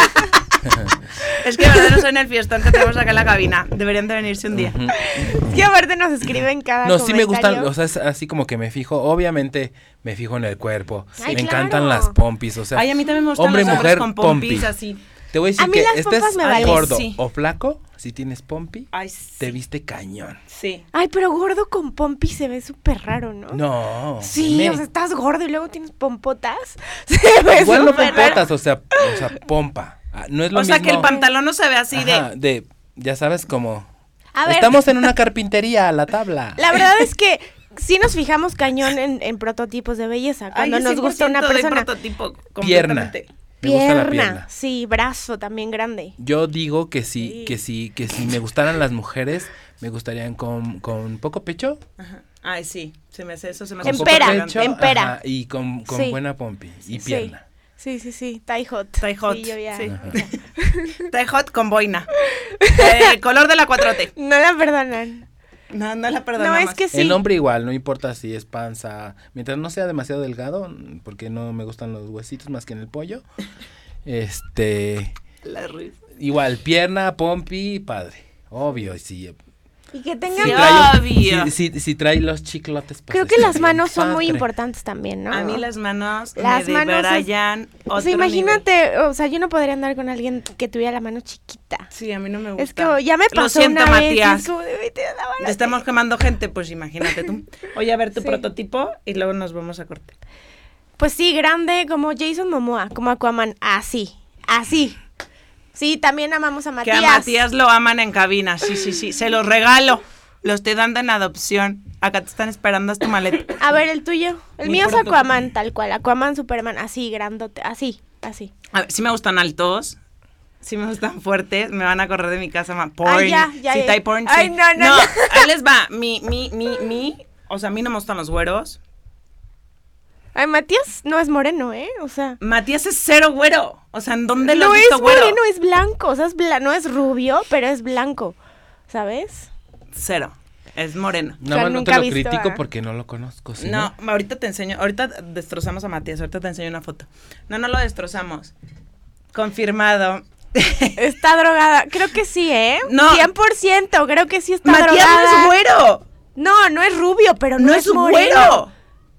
S1: Es que de verdad no soy en el fiestón que tenemos acá en la cabina. Deberían de venirse un día.
S3: Ujú.
S2: Es que aparte nos escriben cada
S3: No, sí me gustan,
S2: comentario.
S3: o sea, es así como que me fijo, obviamente me fijo en el cuerpo,
S2: Ay,
S3: me
S2: claro.
S3: encantan las pompis, o sea,
S1: Ay, a mí también me gustan
S3: hombre y
S1: los hombres
S3: mujer,
S1: con pompis
S3: pompi.
S1: así.
S3: Te voy a decir
S2: A mí
S3: que
S2: las
S3: estés
S2: pompas me valen.
S3: gordo
S1: Sí.
S3: o flaco, si tienes pompi,
S1: Ay, sí.
S3: te viste cañón.
S1: Sí.
S2: Ay, pero gordo con pompi se ve súper raro, ¿no?
S3: No.
S2: Sí,
S3: dime.
S2: o sea, estás gordo y luego tienes pompotas. Se ve
S3: Igual no
S2: súper raro.
S3: pompotas, o sea, o sea, pompa. Ah, no es lo
S1: O sea,
S3: mismo.
S1: que el pantalón no se ve así
S3: Ajá,
S1: de...
S3: de, ya sabes, como
S2: A ver,
S3: estamos en una carpintería a la tabla.
S2: la verdad es que sí nos fijamos cañón en, en prototipos de belleza. Cuando
S1: Ay,
S2: nos gusta una
S1: cien por ciento de
S2: persona.
S1: prototipo
S3: Pierna.
S1: completamente.
S3: Me gusta la
S2: Pierna,
S3: pierna.
S2: sí, brazo también grande.
S3: Yo digo que sí,
S2: Sí.
S3: que sí, que si me gustaran las mujeres, me gustarían con, con poco pecho.
S1: Ajá. Ay, sí. Se me hace eso, se me
S2: En
S1: hace
S3: con
S2: pera,
S3: poco
S1: elegante.
S3: pecho,
S2: en pera.
S3: ajá, y con, con
S2: Sí.
S3: buena pompi y
S2: Sí.
S3: pierna.
S2: Sí, sí, sí, tie hot.
S1: Tie hot,
S2: Sí, yo ya-
S1: sí.
S3: Ajá.
S2: ya.
S1: Tie hot con boina. Eh, color de la cuatro T.
S2: No la perdonan.
S1: No, no la
S2: No,
S1: perdonamos.
S2: es que sí.
S3: El hombre igual, no importa si es panza, mientras no sea demasiado delgado, porque no me gustan los huesitos más que en el pollo. Este,
S1: La risa.
S3: igual, pierna, pompi, padre. Obvio, sí.
S2: Y que tengan...
S3: Si
S1: Sí,
S3: trae,
S1: obvio.
S3: si, si- si trae los chiclotes. pues
S2: Creo que
S3: está
S2: las
S3: bien
S2: manos son muy
S3: padre.
S2: importantes también, ¿no?
S1: A mí las manos
S2: Las
S1: me
S2: manos es-
S1: debrayan
S2: O
S1: otro
S2: sea, imagínate, o sea, yo no podría andar con alguien que tuviera la mano chiquita.
S1: nivel. Sí, a mí no me gusta.
S2: Es que ya me pasó
S1: Lo siento,
S2: una vez y
S1: Matías.
S2: es como de, "Vete a la mano".
S1: Te estamos quemando gente, pues imagínate tú. Oye, a ver tu
S2: Sí.
S1: prototipo y luego nos vamos a corte.
S2: Pues sí, grande, como Jason Momoa, como Aquaman, así, así. Sí, también amamos a
S1: Que
S2: Matías.
S1: a Matías lo aman en cabina, sí, sí, sí. Se los regalo. Lo estoy dando en adopción. Acá te están esperando, haz tu maleta.
S2: A ver, el tuyo. El
S1: Mi
S2: mío es
S1: prototipo.
S2: Aquaman, tal cual. Aquaman, Superman, así, grandote, así, así.
S1: A ver, sí me gustan altos. Sí me gustan fuertes. Me van a correr de mi casa. ma- Porn.
S2: Ay, ya, ya,
S1: Sí,
S2: ya.
S1: trae porn, sí.
S2: Ay, no, no, no.
S1: ahí les va. Mi, mi, mi, mi. O sea, a mí no me gustan los güeros.
S2: Ay, Matías no es moreno, ¿eh? O sea...
S1: Matías es cero güero. O sea, ¿en dónde lo
S2: No
S1: has
S2: es
S1: visto güero?
S2: moreno, es blanco. O sea, es bla- no es rubio, pero es blanco. ¿Sabes?
S1: Cero. Es moreno.
S3: No,
S2: O sea,
S3: no te
S2: nunca
S3: lo
S2: he visto
S3: critico
S2: a-
S3: porque no lo conozco. ¿sí,
S1: No, ahorita te enseño. Ahorita destrozamos a Matías. Ahorita te enseño una foto. No, no lo destrozamos. Confirmado.
S2: Está drogada. Creo que sí, ¿eh?
S1: No.
S2: cien por ciento. Creo que sí está
S1: Matías
S2: drogada.
S1: no es güero.
S2: No, no es rubio, pero no,
S1: No,
S2: es
S1: es
S2: moreno.
S1: güero.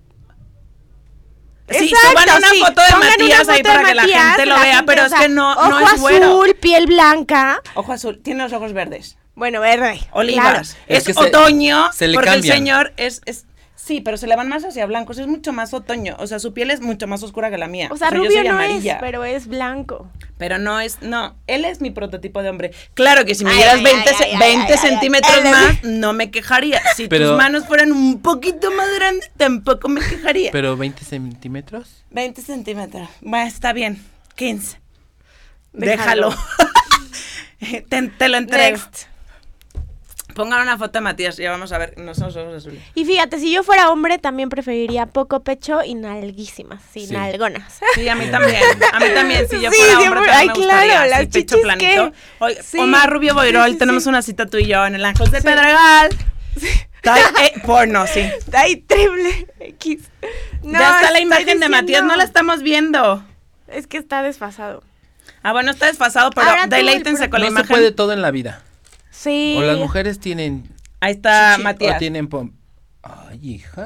S1: Sí,
S2: Exacto,
S1: suban una
S2: sí.
S1: foto de
S2: Pongan una
S1: Matías ahí
S2: foto
S1: para
S2: de
S1: que la
S2: Matías,
S1: gente lo
S2: la
S1: vea,
S2: gente,
S1: pero
S2: o
S1: es
S2: sea,
S1: que no,
S2: ojo
S1: no es güero.
S2: azul, piel blanca.
S1: Ojo azul, tiene los ojos verdes.
S2: Bueno, verde.
S1: Olivas.
S2: claro.
S1: Es,
S3: Es que se-
S1: otoño,
S3: se le
S1: porque
S3: cambian.
S1: el señor es, es... Sí, pero se le van más hacia blancos, es mucho más otoño. O sea, su piel es mucho más oscura que la mía.
S2: O sea,
S1: yo
S2: rubio
S1: soy
S2: no
S1: amarilla.
S2: es, pero es blanco.
S1: Pero no es, no, él es mi prototipo de hombre. Claro que si me
S2: Ay,
S1: dieras
S2: ay,
S1: veinte,
S2: ay,
S1: ce-
S2: ay,
S1: veinte
S2: ay, ay,
S1: centímetros
S2: ay, ay.
S1: más, no me quejaría. Si
S3: Pero-
S1: tus manos fueran un poquito más grandes, tampoco me quejaría.
S3: Pero veinte centímetros.
S1: veinte centímetros. Bueno, está bien. quince.
S2: Déjalo.
S1: Déjalo. te, te lo entrego.
S2: Next.
S1: Pongan una foto de Matías, ya vamos a ver. No son los ojos azules.
S2: Y fíjate, si yo fuera hombre, también preferiría poco pecho y nalguísimas, sí,
S3: Sí.
S2: nalgonas.
S1: Sí, a mí también. A mí también, si yo
S2: Sí,
S1: fuera
S2: sí,
S1: hombre,
S2: por-
S1: también
S2: ay,
S1: me gustaría.
S2: claro,
S1: así,
S2: las
S1: pecho
S2: chichis
S1: planito.
S2: que-
S1: Oye,
S2: Sí.
S1: Omar Rubio Boirol,
S2: Sí, sí,
S1: tenemos
S2: sí.
S1: una cita tú y yo en el Ángel de
S2: Sí.
S1: Pedregal. Está- eh, porno, sí.
S2: Ay, triple X. No,
S1: ya está la
S2: estoy
S1: imagen de
S2: diciendo-
S1: Matías, no la estamos viendo.
S2: Es que está desfasado.
S1: Ah, bueno, está desfasado, pero
S2: Ahora tú,
S1: deleítense
S2: el
S1: con la
S3: No se
S1: imagen.
S3: puede todo en la vida.
S2: Sí.
S3: O las mujeres tienen
S1: Ahí está
S3: chichi,
S1: Matías.
S3: o tienen pom. Ay, hija.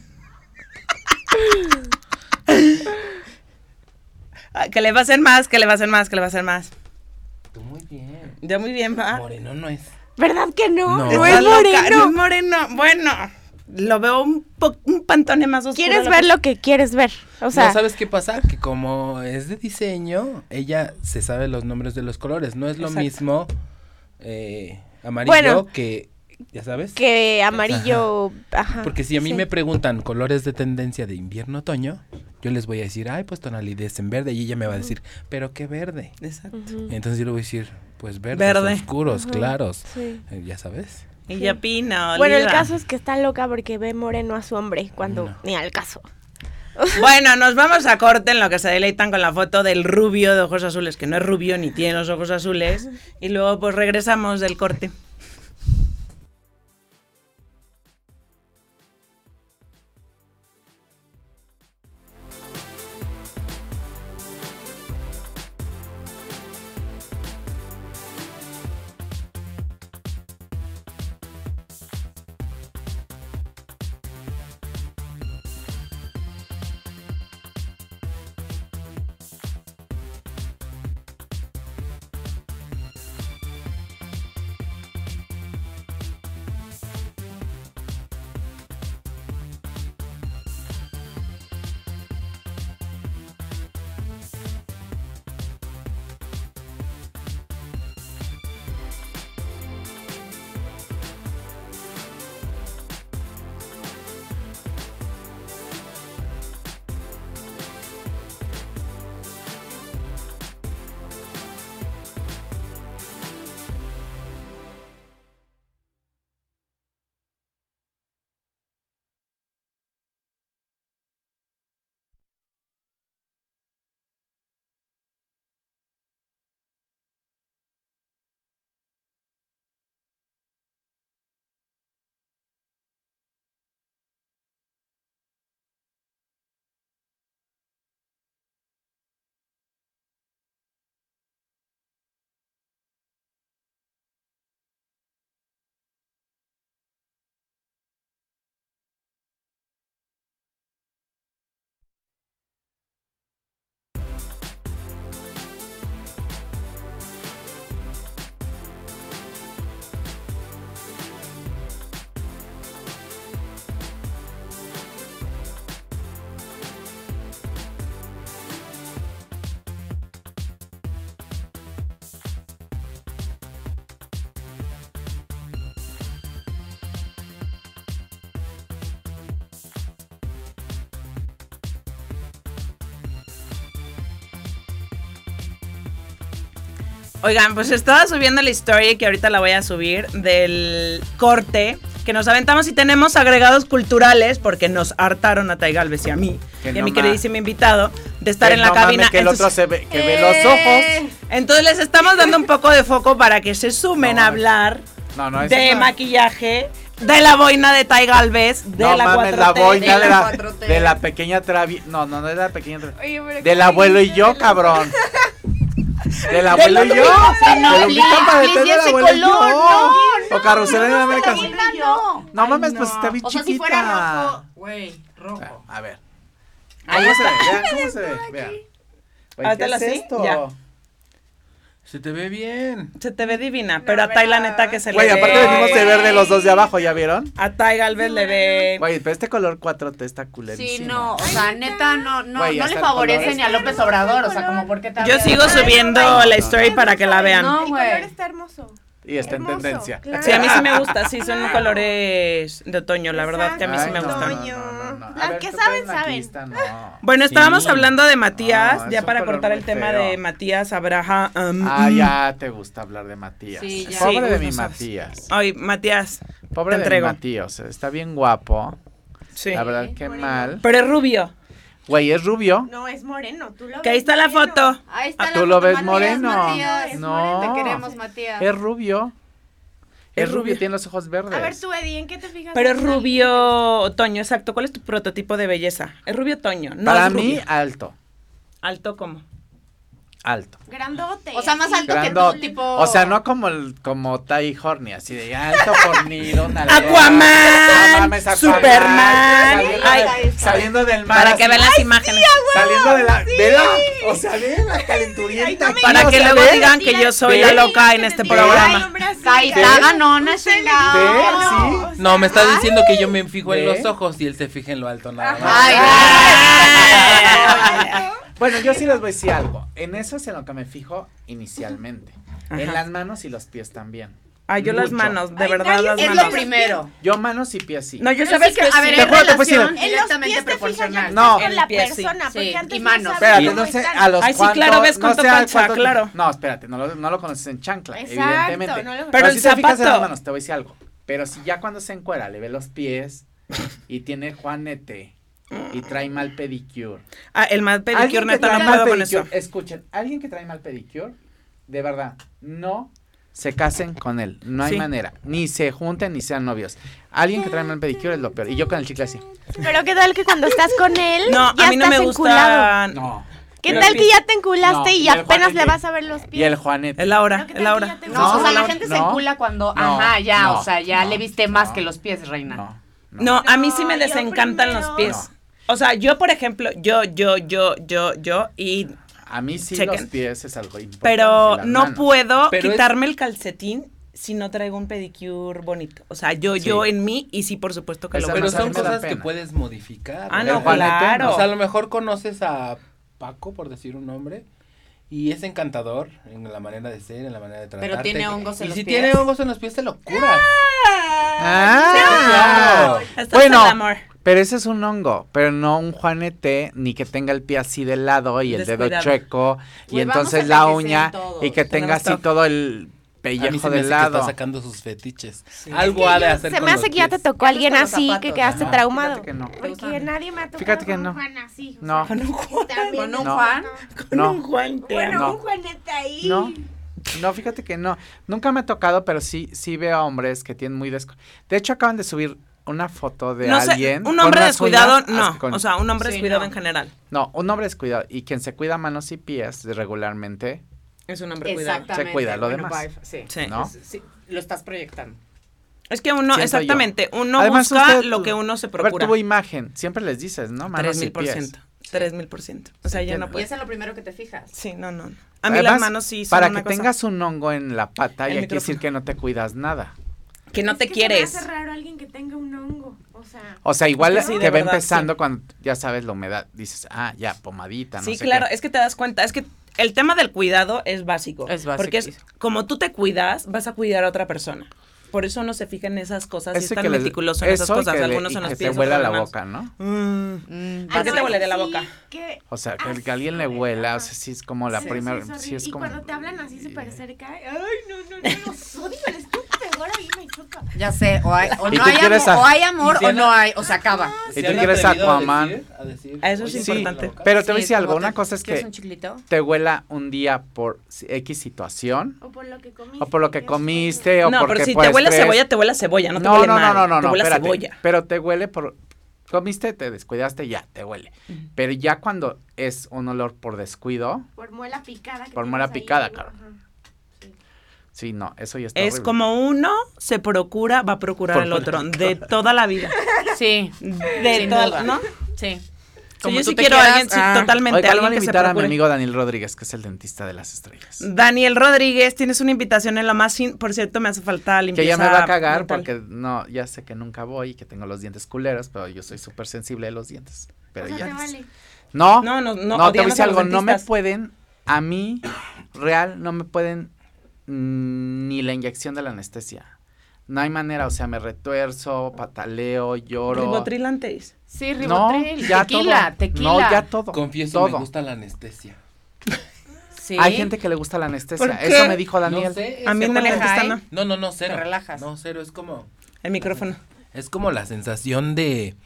S1: Ah, que le va a hacer más, que le va a hacer más, que le va a hacer más.
S3: Tú muy bien.
S1: Ya muy bien, va.
S3: Moreno no es.
S2: ¿Verdad que no?
S3: No.
S2: No,
S1: Está
S2: es
S1: loca,
S2: moreno.
S1: no es moreno. Bueno, lo veo un, po- un pantone más oscuro.
S2: ¿Quieres
S1: lo
S2: ver
S1: que-
S2: lo que quieres ver? O sea,
S3: no, ¿sabes qué pasa? Que como es de diseño, ella se sabe los nombres de los colores. No es lo
S1: Exacto.
S3: mismo eh, amarillo
S2: Bueno.
S3: que, ya sabes.
S2: que amarillo, ajá.
S3: Porque si a mí
S2: sí.
S3: me preguntan colores de tendencia de invierno-otoño, yo les voy a decir, ay, pues tonalidades en verde. Y ella me va a decir, ¿pero qué verde?
S1: Exacto.
S2: Ujú.
S3: Entonces yo le voy a decir, pues verdes,
S1: Verde.
S3: oscuros,
S2: Ujú.
S3: claros.
S2: Sí.
S3: Eh, ya sabes.
S1: Y ya pino,
S2: Bueno, el
S1: oliva.
S2: caso es que está loca porque ve moreno a su hombre cuando
S3: No.
S2: ni al caso.
S1: Bueno, nos vamos a corte en lo que se deleitan con la foto del rubio de ojos azules, que no es rubio ni tiene los ojos azules. Y luego pues regresamos del corte. Oigan, pues estaba subiendo la story que ahorita la voy a subir del corte que nos aventamos y tenemos agregados culturales porque nos hartaron a Tai Galvez y a mí
S4: que
S1: y
S4: no
S1: a mi
S4: ma-
S1: queridísimo invitado de estar
S4: que
S1: en la
S4: no
S1: cabina.
S4: mames, que el otro
S1: Entonces,
S4: se ve, que ve los ojos.
S1: entonces les estamos dando un poco de foco para que se sumen
S4: No,
S1: a hablar
S4: No, no, eso
S1: de
S4: no.
S1: maquillaje, de la boina de Tai Galvez, de
S4: No
S1: la
S4: mames,
S1: cuatro T.
S4: la boina de la,
S5: cuatro T.
S4: de la pequeña Travi. No, no, no es la pequeña Travi.
S2: Oye, pero
S4: Del
S2: ¿cómo
S4: abuelo y
S2: dices
S4: yo,
S2: de los-
S4: cabrón. Del abuelo y yo.
S5: no,
S4: Del
S5: Liz,
S4: ubican para
S5: Liz,
S4: detrás
S5: y
S4: del
S5: ese
S4: abuelo y yo.
S5: color, no,
S4: O Carrusel en América.
S5: Boina no.
S4: No
S1: Ay,
S4: mames,
S1: no.
S4: pues está bien
S5: O sea,
S4: chiquita.
S5: si fuera rojo. Güey, rojo.
S4: A ver.
S5: Ahí
S4: ¿Cómo se
S5: está.
S4: ve? Vean, ¿cómo se ve? Vean. Güey, ¿qué
S1: Háztela
S4: es
S1: así,
S4: esto?
S1: ya.
S3: Se te ve bien.
S1: Se te ve divina, pero a Tai la neta que se
S4: Güey,
S1: le ve.
S4: aparte venimos de verde los dos de abajo, ¿ya vieron?
S1: A Tai Galvez le ve.
S4: Güey, pero este color cuatro T está culerísimo.
S5: Sí, no, o sea, neta, no, no,
S4: Güey,
S5: no
S4: hasta
S5: le
S4: el
S5: favorece
S4: color.
S5: ni a López Obrador, o sea, como porque te
S1: Yo sigo subiendo la story para que la vean.
S5: No,
S2: El
S5: güey.
S2: color está hermoso.
S4: Y está en
S2: Hermoso,
S4: tendencia.
S2: claro.
S1: Sí, a mí sí me gusta, sí, son colores de otoño, la verdad que a mí sí
S4: Ay,
S1: me
S4: no,
S1: gustan.
S4: no, no, no, no. A
S2: Las
S4: ver,
S2: que
S4: tú
S2: saben,
S4: eres maquillista, no.
S1: Bueno, estábamos
S3: Sí.
S1: hablando de Matías,
S4: No, es
S1: ya
S4: un
S1: para
S4: color
S1: cortar
S4: muy
S1: el tema
S4: feo.
S1: de Matías Abraham.
S4: Ah, ya te gusta hablar de Matías.
S5: Sí, ya.
S4: Pobre
S1: Sí,
S4: de
S1: uy,
S4: mi
S1: no sabes.
S4: Matías.
S1: Ay, Matías,
S4: Pobre
S1: te
S4: de
S1: entrego.
S4: mi Matías. Está bien guapo.
S1: sí.
S4: La verdad, qué
S2: moreno.
S4: mal.
S1: Pero es rubio,
S4: Güey, es rubio.
S2: No, es moreno, tú lo
S1: que ahí
S2: ves
S1: está la
S2: moreno.
S1: foto.
S5: Ahí está
S4: Ah,
S5: la
S4: tú lo
S5: foto,
S4: ves
S5: Matías,
S4: moreno.
S5: Matías.
S2: Es
S4: No.
S2: moreno,
S5: Te queremos, Matías.
S4: Es rubio.
S1: Es
S4: Es rubio,
S1: rubio.
S4: tiene los ojos verdes.
S2: A ver, tú, Eddie, ¿en qué te fijas?
S1: Pero es
S2: en una
S1: rubio otoño, exacto. ¿Cuál es tu prototipo de belleza? Es rubio otoño, no
S4: Para
S1: es
S4: mí,
S1: rubio.
S4: alto.
S1: Alto como.
S4: Alto.
S2: Grandote.
S5: O sea, más
S2: así.
S5: alto que
S4: Grandote.
S5: tú, tipo.
S4: O sea, no como el, como Tai Horny, así de alto, fornido, nalgón.
S1: Aquaman,
S4: No mames, Aquaman.
S1: Superman.
S4: Saliendo,
S1: Ay,
S4: de- saliendo del mar.
S1: Para que
S4: así,
S1: vean las imágenes.
S4: Saliendo de la, de la, o sea, de la calenturienta. aquí,
S1: Para
S4: o
S1: que
S4: sea,
S1: luego
S4: ve,
S1: digan que yo soy
S4: ve,
S1: la loca en este
S2: Ay,
S1: programa.
S2: hombre, así.
S5: Caída ganona, chingado.
S4: ve,
S2: No,
S4: sí.
S2: o
S3: No, me está
S2: sea,
S3: diciendo que yo me fijo en
S4: ¿Ve?
S3: los ojos y él se fija en lo alto nada más.
S5: Ay,
S2: ay,
S4: Bueno, yo sí les voy a decir algo. En eso es en lo que me fijo inicialmente. En
S1: Ajá.
S4: las manos y los pies también.
S1: Ay, yo las
S4: Mucho.
S1: manos, de
S2: Ay,
S1: verdad
S2: nadie
S1: las
S5: es
S1: manos.
S5: lo primero.
S4: Yo manos y pies sí.
S1: No, yo
S5: Pero
S1: sabes
S5: sí
S1: que,
S5: a ver,
S1: sí.
S4: Te
S5: en
S4: juro, te puedo decir-
S5: relación
S2: En los
S5: directamente
S2: pies te fijas
S5: proporcional.
S2: ya
S4: No.
S2: en la
S1: En el pie, sí.
S2: persona, porque
S5: Sí,
S2: antes
S5: y
S2: no
S5: manos.
S2: sabes
S4: Espérate,
S2: cómo
S4: no sé,
S2: están.
S4: a los
S1: Ay, sí,
S4: cuantos,
S1: claro, ves
S4: no
S1: cuánto
S4: sé a
S1: pancha,
S4: cuántos-
S1: claro.
S4: No, espérate, no lo, no lo conoces en chancla,
S2: Exacto,
S4: evidentemente.
S2: no lo-
S1: Pero el
S4: si te fijas en las
S1: zapato.
S4: manos, te voy a decir algo. Pero si ya cuando se encuera le ve los pies y tiene juanete y trae mal pedicure.
S1: Ah, el mal pedicure,
S4: Alguien que
S1: neta,
S4: trae
S1: no
S4: mal
S1: puedo con eso.
S4: pedicure, escuchen, alguien que trae mal pedicure, de verdad, no se casen con él, no hay
S1: Sí.
S4: manera, ni se junten ni sean novios. Alguien que trae mal pedicure es lo peor, y yo con el chicle así.
S2: Pero qué tal que cuando estás con él,
S1: No,
S2: ya
S1: a mí no
S2: estás
S1: me
S2: enculado.
S1: gustan.
S4: No.
S2: ¿Qué
S1: Los
S2: tal que
S1: pies.
S2: ya te enculaste
S4: No,
S2: y
S4: y el
S2: apenas le
S4: juanete.
S2: vas a ver los pies?
S4: Y el juanete.
S1: Es la hora,
S2: ¿No? ¿Qué
S1: es
S2: tal
S1: la
S2: que
S1: hora.
S2: ya te
S5: No,
S2: gustó?
S5: o sea, la
S4: No,
S5: gente se
S4: no,
S5: encula cuando,
S4: no,
S5: ajá, ya,
S4: no,
S5: o sea, ya
S4: no,
S5: le viste más
S4: no.
S5: que los pies, reina.
S4: No.
S1: No, a mí sí me
S2: No, yo
S1: desencantan
S2: primero.
S1: los pies. O sea, yo, por ejemplo, yo, yo, yo, yo, yo, y
S4: A mí sí
S1: Chequen.
S4: los pies es algo importante.
S1: pero
S4: las
S1: no
S4: manos.
S1: puedo
S3: Pero es-
S1: quitarme el calcetín si no traigo un pedicure bonito. O sea, yo,
S4: Sí.
S1: yo en mí, y sí, por supuesto que
S4: Esa
S1: lo
S3: Pero
S1: voy a
S4: no
S3: son
S4: me da
S3: cosas que
S4: pena.
S3: puedes modificar.
S1: Ah,
S3: ¿no?
S1: no,
S4: El juanete,
S1: claro.
S3: O sea, a lo mejor conoces a Paco, por decir un nombre, y es encantador en la manera de ser, en la manera de tratar.
S5: Pero tiene hongos en
S3: y
S5: los
S3: si
S5: pies.
S3: tiene hongos en los pies, te lo curas.
S4: Ah,
S3: Claro.
S1: Esto
S4: bueno,
S1: es el amor.
S4: pero ese es un hongo, pero no un juanete, ni que tenga el pie así de lado y el dedo
S1: Descuidado.
S4: chueco, y
S5: Güey, vamos
S4: entonces
S5: a
S4: la
S5: envejecer
S4: uña,
S5: todos.
S4: y que tenga
S1: Tenemos
S4: así
S1: toque.
S4: todo el
S3: A mí
S4: pellejo
S3: se me
S4: del
S3: hace que
S4: lado.
S3: está sacando sus fetiches.
S1: Sí.
S3: Algo
S2: Es que
S3: ha de
S2: yo-
S3: hacer
S2: se
S3: con
S2: me hace
S3: los
S2: que ya te
S3: pies.
S2: tocó alguien
S5: gustan los
S2: así, que
S5: zapatos,
S2: quedaste
S4: ajá.
S2: traumado.
S4: Fíjate que no.
S2: Porque
S5: gustan?
S2: nadie me ha tocado
S4: Fíjate que
S2: con
S4: no.
S2: un Juan así. o
S4: No.
S2: sea,
S1: Con un Juan.
S2: también
S5: Con un
S2: me
S4: No.
S5: Juan.
S1: Con
S4: No.
S1: un Juan, te
S2: Bueno,
S1: amo.
S2: un Juanete ahí.
S4: No, no, fíjate que no. Nunca me ha tocado, pero sí, sí veo hombres que tienen muy descu... De hecho, acaban de subir una foto de
S1: No sé,
S4: alguien.
S1: un
S4: con
S1: hombre
S4: unas
S1: descuidado,
S4: uñas
S1: no.
S4: así con-
S1: O sea, un hombre
S5: Sí,
S1: descuidado
S5: no.
S1: en general.
S4: No, un hombre descuidado. Y quien se cuida manos y pies regularmente,
S1: Es un hombre cuidado.
S5: Exactamente.
S4: Se cuida, lo
S5: bueno,
S4: demás.
S5: bye, sí.
S1: Sí.
S4: ¿no?
S5: Es- sí, lo estás proyectando.
S1: Es que uno,
S4: Siento
S1: exactamente, uno
S4: Además,
S1: busca
S4: usted,
S1: lo que uno se
S4: A ver,
S1: procura.
S4: tuvo imagen. Siempre les dices, ¿no? Manos
S1: Tres
S4: y
S1: mil por
S4: pies.
S1: ciento. Tres mil por ciento. O sea, ya
S4: que-
S1: no
S5: Y
S1: puede.
S5: eso es lo primero que te fijas.
S1: Sí, no, no. no. A mí
S4: Además,
S1: las manos sí son
S4: para
S1: una
S4: que
S1: cosa
S4: tengas un hongo en la pata,
S1: El
S4: ya quiere decir
S1: micrófono.
S4: que no te cuidas nada.
S1: que no
S2: Es
S1: te
S2: que
S1: quieres.
S2: Se me hace raro alguien que tenga un hongo. O sea,
S4: O sea, igual
S1: Es que sí,
S4: te
S1: de
S4: va
S1: verdad,
S4: empezando
S1: sí.
S4: cuando ya sabes la humedad. Dices, ah, ya, pomadita, no
S1: Sí,
S4: sé
S1: claro,
S4: qué.
S1: es que te das cuenta, es que el tema del cuidado es básico.
S5: Es básico.
S1: Porque es como tú te cuidas, vas a cuidar a otra persona. por eso uno se fija en esas cosas y
S4: Eso
S1: es tan
S4: que les-
S1: meticuloso en esas
S4: eso y
S1: cosas.
S4: que le-
S1: Algunos
S4: y
S1: en los
S4: que
S1: pies,
S4: te huela
S1: otros
S4: la
S1: en las
S4: boca, ¿no?
S1: Mm.
S5: Mm,
S1: ¿Por qué te
S2: Ay,
S1: huele de la
S2: sí,
S1: boca?
S2: que-
S4: O sea, que,
S2: Así,
S4: que alguien le huela, o sea,
S2: ajá.
S4: sí es como la
S2: Sí,
S4: primera,
S2: sí, es
S4: sí es
S2: horrible.
S4: como...
S2: Y cuando te hablan así súper cerca, ay, no, no, no, los odio, les quiero pegar ahí, me choca.
S5: Ya sé, o, hay, o
S4: ¿Y
S5: no
S4: tú
S5: hay
S4: quieres
S5: amor,
S4: a-
S5: o hay amor
S3: y si
S5: o
S3: Ana-
S5: no hay, o se acaba.
S4: ¿Y tú quieres Aquaman?
S1: A eso es
S3: "Oye,
S1: importante.
S3: sí,
S4: Pero te voy a
S5: Sí,
S4: decir algo,
S5: como
S4: una
S5: te-
S4: cosa es
S5: ¿quieres
S4: que
S5: un chiclito?
S4: te huela un día por X situación,
S2: O por lo que comiste.
S4: o por lo que
S2: ya
S4: comiste, o
S1: No,
S4: porque
S1: pero si
S4: por
S1: te huele
S4: estrés.
S1: cebolla, te huele a cebolla, no te
S4: no,
S1: huele
S4: no,
S1: mal.
S4: no, no, no,
S1: te
S4: no,
S1: huele a
S4: espérate,
S1: cebolla.
S4: pero te huele por... Comiste, te descuidaste, ya, te huele. Pero ya cuando es un olor por descuido,
S2: fue. Por muela picada. que
S4: Por
S2: tienes
S4: muela
S2: ahí,
S4: picada,
S2: ajá.
S4: claro. sí, no, eso ya está
S1: Es
S4: horrible.
S1: como uno se procura, va a procurar
S4: Por
S1: al
S4: fuera.
S1: otro, de toda la vida.
S5: Sí,
S1: De
S5: Sin
S1: toda
S5: duda.
S1: ¿no?
S5: sí.
S1: Sí, yo
S5: tú
S1: sí
S5: te
S1: quiero a alguien
S5: quieras,
S1: sí,
S5: ah.
S1: totalmente,
S4: Oiga, van
S1: alguien
S4: a
S1: que se
S4: invitar a mi
S1: procure.
S4: amigo Daniel Rodríguez, que es el dentista de las estrellas.
S1: Daniel Rodríguez, tienes una invitación en lo más fin, por cierto, me hace falta limpieza.
S4: Que ya me va a cagar
S1: dental.
S4: porque no, ya sé que nunca voy y que tengo los dientes culeros, pero yo soy súper sensible de los dientes. Pero
S2: O sea,
S4: ya.
S2: te vale.
S4: No,
S1: No, no, no,
S4: no, te voy a
S1: odiamos
S4: decir
S1: a los
S4: algo, no me
S1: dentistas.
S4: pueden, a mí, real, no me pueden mm, ni la inyección de la anestesia. No hay manera, o sea, me retuerzo, pataleo, lloro.
S1: Ribotril antes.
S5: Sí,
S4: No,
S5: ribotril,
S4: ya
S5: tequila,
S4: todo.
S5: tequila.
S4: No, ya todo.
S3: Confieso,
S4: todo.
S3: me gusta la anestesia.
S5: Sí.
S4: Hay gente que le gusta la anestesia.
S1: ¿Por qué?
S4: Eso me dijo Daniel.
S3: No sé,
S1: A mí
S3: se
S1: en el
S3: pone
S1: dentista
S5: high.
S1: no.
S3: No, no, no, cero.
S5: Te relajas.
S3: No, cero, es como
S1: El micrófono.
S3: es como la sensación de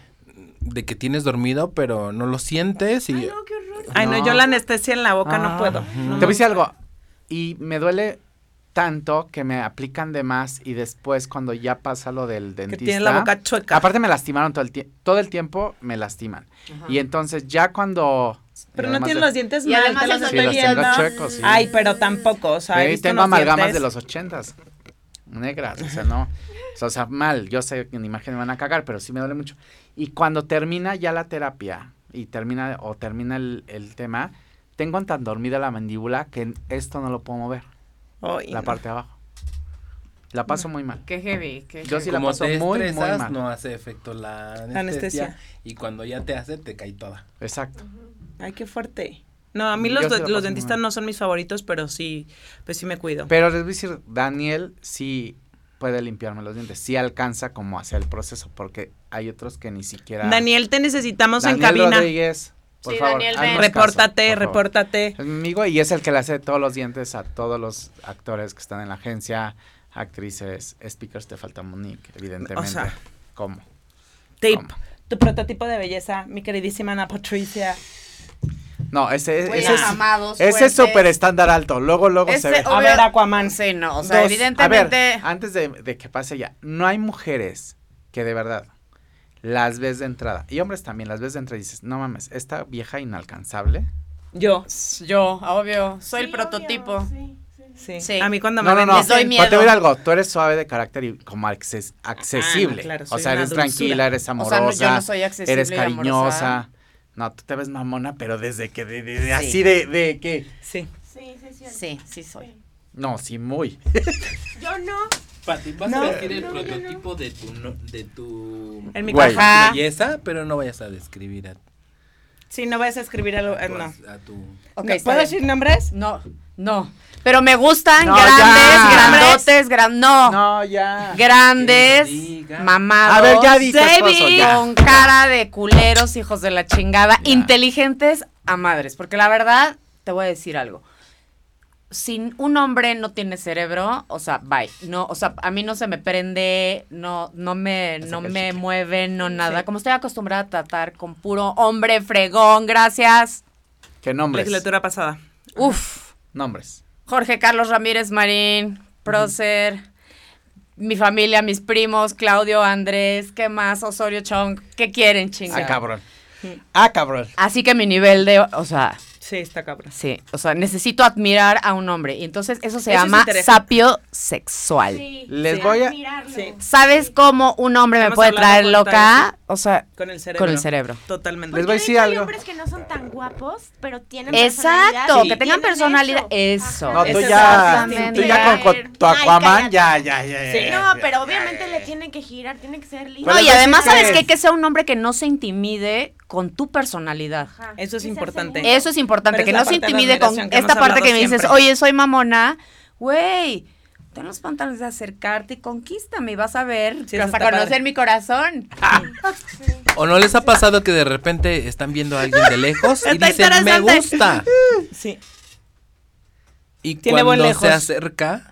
S3: de que tienes dormido, pero no lo sientes y
S2: Ay, no, qué horror.
S1: Ay, no,
S4: No.
S1: yo la anestesia en la boca
S4: Ah.
S1: no puedo.
S3: Ujú.
S1: No.
S4: Te voy a decir algo. Y me duele tanto que me aplican de más y después cuando ya pasa lo del
S1: Que
S4: dentista.
S1: tienes la boca chueca.
S4: Aparte me lastimaron todo el tiempo. Todo el tiempo me lastiman.
S5: Ajá.
S4: Y entonces ya cuando.
S1: Pero
S4: y
S1: no
S4: además
S1: tienes
S4: de-
S1: los dientes
S5: Y
S1: mal,
S5: además
S1: te los
S5: esos
S4: Sí,
S1: estoy
S4: los
S1: viendo.
S4: tengo chuecos, sí.
S1: Ay, pero tampoco, o sea, he
S4: Sí,
S1: visto
S4: tengo
S1: unos
S4: amalgamas
S1: dientes.
S4: de los ochentas. Negras, o sea, no. O sea, o sea, mal. Yo sé que en imagen me van a cagar, pero sí me duele mucho. Y cuando termina ya la terapia y termina o termina el, el tema, tengo tan dormida la mandíbula que esto no lo puedo mover.
S1: Ay,
S4: La
S1: no.
S4: parte de abajo. La paso muy mal.
S5: Qué heavy, qué
S4: Yo
S5: heavy.
S4: sí la
S3: como
S4: paso
S3: te
S4: muy, muy
S3: estresas,
S4: mal.
S3: no hace efecto la anestesia,
S1: anestesia.
S3: y cuando ya te hace te cae toda.
S4: Exacto.
S1: Ay, qué fuerte. No, a mí
S4: Yo
S1: los,
S4: sí la
S1: los
S4: paso muy
S1: dentistas
S4: mal.
S1: no son mis favoritos, pero sí, pues sí me cuido.
S4: Pero les voy a decir, Daniel sí puede limpiarme los dientes. Sí alcanza como hacer el proceso, porque hay otros que ni siquiera.
S1: Daniel, te necesitamos
S4: Daniel
S1: en cabina.
S4: Rodríguez, por
S5: Sí,
S4: favor.
S5: Daniel,
S4: haznos
S5: ven.
S4: caso,
S1: Repórtate,
S4: por favor.
S1: repórtate.
S4: Es mi amigo y es el que le hace todos los dientes a todos los actores que están en la agencia, actrices, speakers, te falta Monique, evidentemente.
S1: O sea,
S4: ¿Cómo?
S1: Tip,
S4: ¿Cómo?
S1: tu prototipo de belleza, mi queridísima Ana Patricia.
S4: No, ese, ese
S5: Huelan
S4: es,
S5: amados,
S4: ese es
S5: fuertes.
S4: súper estándar alto. Luego, luego se
S5: Ese,
S4: ve.
S1: A
S5: obvio-
S1: ver, Aquaman.
S5: Sí, no, o sea,
S4: Dos.
S5: evidentemente.
S4: A ver, antes de, de que pase ya, no hay mujeres que de verdad las ves de entrada, y hombres también las ves de entrada y dices, no mames, esta vieja inalcanzable.
S1: Yo,
S5: Yo, obvio, soy el
S2: Sí,
S5: prototipo.
S2: obvio, sí, sí.
S1: sí.
S5: Sí.
S1: A mí cuando
S4: No,
S1: me
S4: no,
S1: ven
S4: no,
S5: Les doy
S1: dicen,
S5: miedo.
S4: pero te voy a decir algo, tú eres suave de carácter y como acces- accesible.
S1: Ah, no, claro,
S4: o
S1: soy
S4: sea,
S1: una
S4: eres
S1: dulzura.
S4: tranquila, eres
S5: O sea,
S4: amorosa,
S5: no, yo no soy accesible
S4: eres
S5: y
S4: cariñosa.
S5: amorosa.
S4: No, tú te ves mamona, pero desde que, de, de- de-
S5: Sí.
S4: así de, de que,
S1: sí.
S2: Sí, sí, sí.
S5: Sí, sí soy.
S4: no, sí, muy.
S2: Yo no.
S3: Pati, vas
S1: No.
S3: a decir el
S2: No, no, no.
S3: prototipo de tu no- de tu
S1: El
S4: Güey.
S1: micrófono.
S5: Ajá.
S3: belleza, pero no vayas a describir a,
S1: Sí, no vayas a escribir algo,
S3: a
S1: eh,
S3: tu,
S1: no.
S3: a tu
S5: Ok,
S1: No,
S5: está
S1: ¿puedo
S5: bien.
S1: decir nombres?
S5: No, no. Pero me gustan
S4: No,
S5: grandes,
S4: ya.
S5: grandotes, gran, no.
S4: No, ya.
S5: Grandes,
S3: Que lo diga.
S5: mamados.
S4: A ver, ya di tu esposo,
S1: David.
S4: ya.
S5: Con cara de culeros, hijos de la chingada,
S4: Ya.
S5: inteligentes a madres. Porque la verdad, te voy a decir algo. Si un hombre no tiene cerebro, o sea, bye. No, o sea, a mí no se me prende, no, no me, no
S4: saca el
S5: me
S4: chicle.
S5: mueve, no nada.
S1: Sí.
S5: Como estoy acostumbrada a tratar con puro hombre fregón, gracias.
S4: ¿Qué nombres?
S1: Legislatura pasada.
S5: Uf.
S4: Nombres.
S5: Jorge Carlos Ramírez Marín, prócer, mi familia, mis primos, Claudio, Andrés, ¿qué más? Osorio Chong, ¿qué quieren,
S4: Ah,
S5: chinga?
S4: cabrón. Ah, cabrón.
S5: Así que mi nivel de, o sea,
S1: Sí, está cabrón.
S5: sí, o sea, necesito admirar a un hombre. Y entonces eso se
S1: Eso es
S5: llama
S1: interesante.
S5: sapio sexual.
S2: Sí,
S4: Les
S2: sí,
S4: voy a-
S2: admirarlo.
S1: Sí.
S5: ¿Sabes cómo un hombre me
S1: Hemos
S5: puede
S1: hablado
S5: traer
S1: con
S5: loca?
S1: Tayo.
S5: O sea,
S1: Con el cerebro.
S5: con el cerebro.
S1: Totalmente.
S4: Les
S2: Porque
S4: voy a
S2: de
S4: decir
S2: hecho hay
S4: algo.
S2: hombres que no son tan guapos, pero tienen
S5: Exacto,
S2: personalidad.
S5: que tengan
S2: Tienen
S5: personalidad, eso.
S4: No,
S2: Ajá.
S4: tú
S1: Ese
S4: ya,
S1: es
S4: tú ya con, con tu
S2: Ay,
S4: Aquaman,
S2: cállate.
S4: ya, ya, ya.
S1: Sí.
S4: ya,
S2: No,
S4: ya,
S2: pero
S4: ya,
S2: obviamente
S4: ya.
S2: le tiene que girar, tiene que ser lindo.
S4: ¿Cuál
S5: No,
S4: es
S5: y
S4: la
S5: además
S4: diferencia?
S5: sabes qué? que sea un hombre que no se intimide con tu personalidad.
S2: Ajá.
S1: Eso es
S2: Y ser
S1: importante.
S2: seguro.
S5: Eso es importante,
S1: Pero
S5: que
S1: es la
S5: no se
S1: parte de la
S5: intimide con
S1: admiración que
S5: esta
S1: hemos
S5: parte que
S1: hablado
S5: me dices,
S1: siempre.
S5: oye, soy mamona, güey, ten los pantalones de acercarte y conquístame y vas a ver,
S1: Sí,
S5: que
S1: eso
S5: vas a
S1: está
S5: conocer
S1: padre.
S5: mi corazón.
S3: ¿O no les ha pasado que de repente están viendo a alguien de lejos y
S1: Está
S3: dicen, me
S1: interesante.
S3: gusta?
S1: Sí.
S3: Y
S1: Tiene buen
S3: cuando
S1: lejos.
S3: se acerca,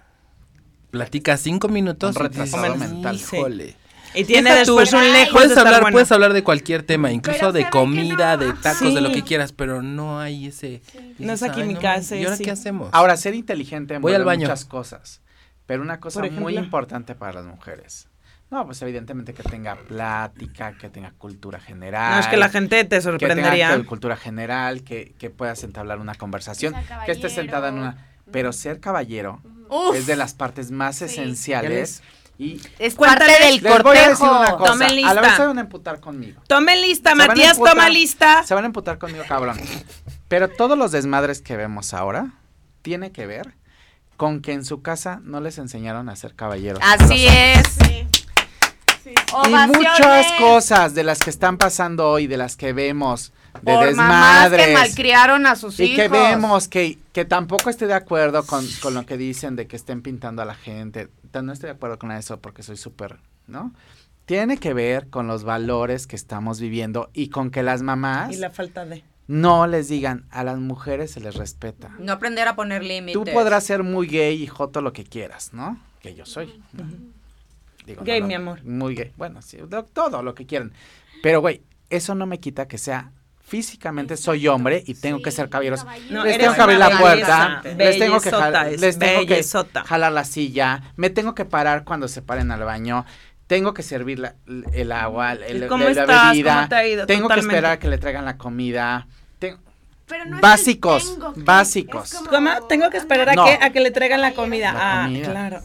S3: platica cinco minutos
S4: Un
S3: y dices,
S4: retrasado mental.
S3: híjole.
S1: Y tiene
S3: Deja tú,
S1: después un lejos
S3: Puedes
S1: de estar
S3: hablar,
S1: bueno.
S3: puedes hablar de cualquier tema, incluso
S2: Pero se
S3: de
S2: ve que
S3: comida,
S2: no.
S3: de tacos, de lo
S1: Sí.
S3: que quieras, pero no hay ese...
S1: No
S3: dices,
S1: esa
S3: "Ay,
S1: química, ese,
S3: ¿Y ahora
S1: sí.
S3: qué hacemos?
S4: Ahora, ser inteligente
S3: Voy al
S4: envuelve
S3: baño.
S4: muchas cosas, pero una cosa
S1: Por
S4: muy
S1: ejemplo.
S4: importante para las mujeres. No, pues evidentemente que tenga plática, que tenga cultura general.
S1: No, es que la gente te
S4: que
S1: sorprendería.
S4: tenga cultura general, que, que puedas entablar una conversación,
S2: Que sea
S4: que estés sentada en una... Pero ser caballero
S5: Uf,
S4: es de las partes más
S2: Sí.
S4: esenciales. Y
S5: es
S1: Cuéntales,
S5: parte del
S4: les voy a decir una
S5: cortejo.
S4: cosa,
S1: Tomen
S4: a la
S1: lista.
S4: vez se van a emputar conmigo.
S1: Tomen lista,
S4: Se van a
S1: Matías,
S4: emputar-
S1: toma lista.
S4: Se van a emputar conmigo, cabrón. Pero todos los desmadres que vemos ahora tiene que ver con que en su casa no les enseñaron a ser caballeros.
S5: Así es.
S2: Sí. Sí.
S4: Y
S5: Ovaciones
S4: muchas cosas de las que están pasando hoy, de las que vemos, de
S5: por mamás que
S4: desmadres.
S5: malcriaron a sus
S4: Y
S5: hijos.
S4: que vemos que, que tampoco estoy de acuerdo con, con lo que dicen de que estén pintando a la gente. No estoy de acuerdo con eso porque soy súper, ¿no? Tiene que ver con los valores que estamos viviendo y con que las mamás
S1: Y la falta de.
S4: no les digan, a las mujeres se les respeta.
S5: No aprender a poner límites.
S4: Tú podrás ser muy gay y joto lo que quieras, ¿no? Que yo soy. ¿no? Digo,
S1: Gay,
S4: no,
S1: mi
S4: no,
S1: amor.
S4: Muy gay. Bueno, sí, lo- todo lo que quieran. Pero, güey, eso no me quita que sea físicamente soy hombre y tengo que ser caballeroso.
S1: No,
S4: les
S1: eres
S4: tengo que abrir la
S1: una
S4: puerta,
S1: belleza.
S4: les tengo que,
S1: Bellezota,
S4: jal-
S1: es
S4: les tengo que
S1: bellezota.
S4: jalar la silla, me tengo que parar cuando se paren al baño, tengo que servir la- el agua, el-
S1: ¿Cómo
S4: la, la
S1: estás?
S4: bebida,
S1: ¿Cómo te ha ido?
S4: tengo que
S1: Totalmente.
S4: esperar a que le traigan la comida. Tengo-
S2: Pero no es
S4: Básicos,
S2: el tengo que,
S4: básicos.
S2: es como-
S1: ¿Cómo? Tengo que esperar a,
S4: No.
S1: que, a que le traigan la comida.
S4: La
S1: ah,
S4: comida.
S1: claro.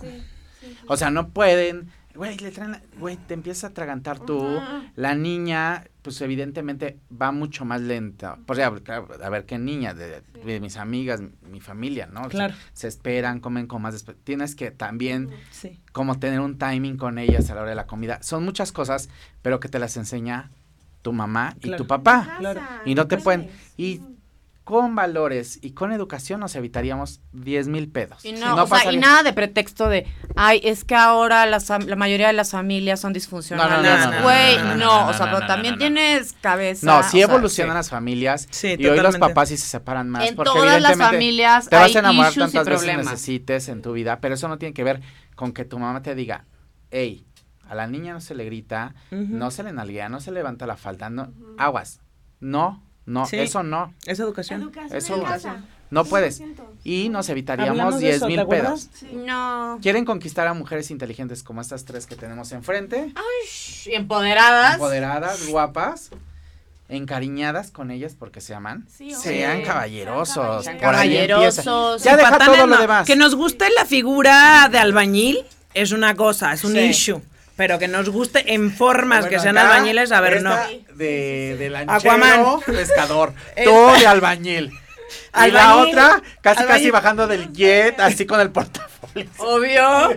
S4: O sea, no pueden, güey, le traen, la- güey, te empiezas a atragantar tú,
S2: Ajá.
S4: la niña, pues evidentemente va mucho más lenta, por ejemplo, claro, a ver qué niña, de, de mis amigas, mi familia, ¿no? O sea,
S1: Claro.
S4: se esperan, comen con más, despe- tienes que también
S1: Sí.
S4: como tener un timing con ellas a la hora de la comida, son muchas cosas, pero que te las enseña tu mamá y
S1: Claro.
S4: tu papá,
S1: Claro.
S4: y no te pueden, y con valores y con educación nos evitaríamos diez mil pedos.
S5: Y no, o sea, y
S4: pasaría-
S5: nada de pretexto de, ay, es que ahora las, fam- la mayoría de las familias son disfuncionales.
S4: No,
S1: no, no, no,
S5: Güey,
S1: no,
S5: no,
S1: no, no,
S5: o sea,
S1: no,
S5: pero
S1: no,
S5: también
S1: no, no.
S5: tienes cabeza.
S4: No,
S5: o
S4: sí
S5: sea,
S4: evolucionan
S5: sí.
S4: las familias
S1: Sí,
S4: y hoy los
S1: totalmente.
S4: papás sí se separan más
S5: En
S4: porque
S5: todas las
S4: evidentemente
S5: familias
S4: te vas
S5: hay
S4: a enamorar
S5: issues y
S4: tantas veces
S5: problemas.
S4: necesites en tu vida, pero eso no tiene que ver con que tu mamá te diga, hey, a la niña no se le grita,
S1: Ujú.
S4: no se le nalguea, no se levanta la falda, no, aguas, no, no,
S1: Sí.
S4: eso no,
S1: Es educación.
S2: Educación
S4: Eso-
S2: en casa.
S4: no puedes.
S2: cien por ciento.
S4: Y nos evitaríamos
S1: Hablamos de
S4: diez
S1: eso, ¿te
S4: mil
S1: acuerdas?
S4: pedos.
S2: Sí.
S5: No.
S4: ¿Quieren conquistar a mujeres inteligentes como estas tres que tenemos enfrente?
S5: Shh, y empoderadas.
S4: Empoderadas, guapas, encariñadas con ellas porque se aman.
S2: Sí,
S4: Sean
S2: obvio.
S4: caballerosos.
S2: Sean
S4: Por ahí empieza.
S5: caballerosos.
S4: Ya deja
S1: Patanes
S4: todo lo
S1: no.
S4: demás.
S1: Que nos guste la figura de albañil es una cosa, es un
S5: Sí.
S1: issue. Pero que nos guste en formas
S4: Bueno,
S1: que sean
S4: acá,
S1: albañiles, a ver, no.
S4: esta De, de lanchero,
S1: Aquaman.
S4: pescador.
S1: Esta.
S4: Tú de albañil. Y la
S1: Albañil,
S4: otra, casi casi
S1: albañil.
S4: bajando del jet, así con el portafolio.
S5: Obvio.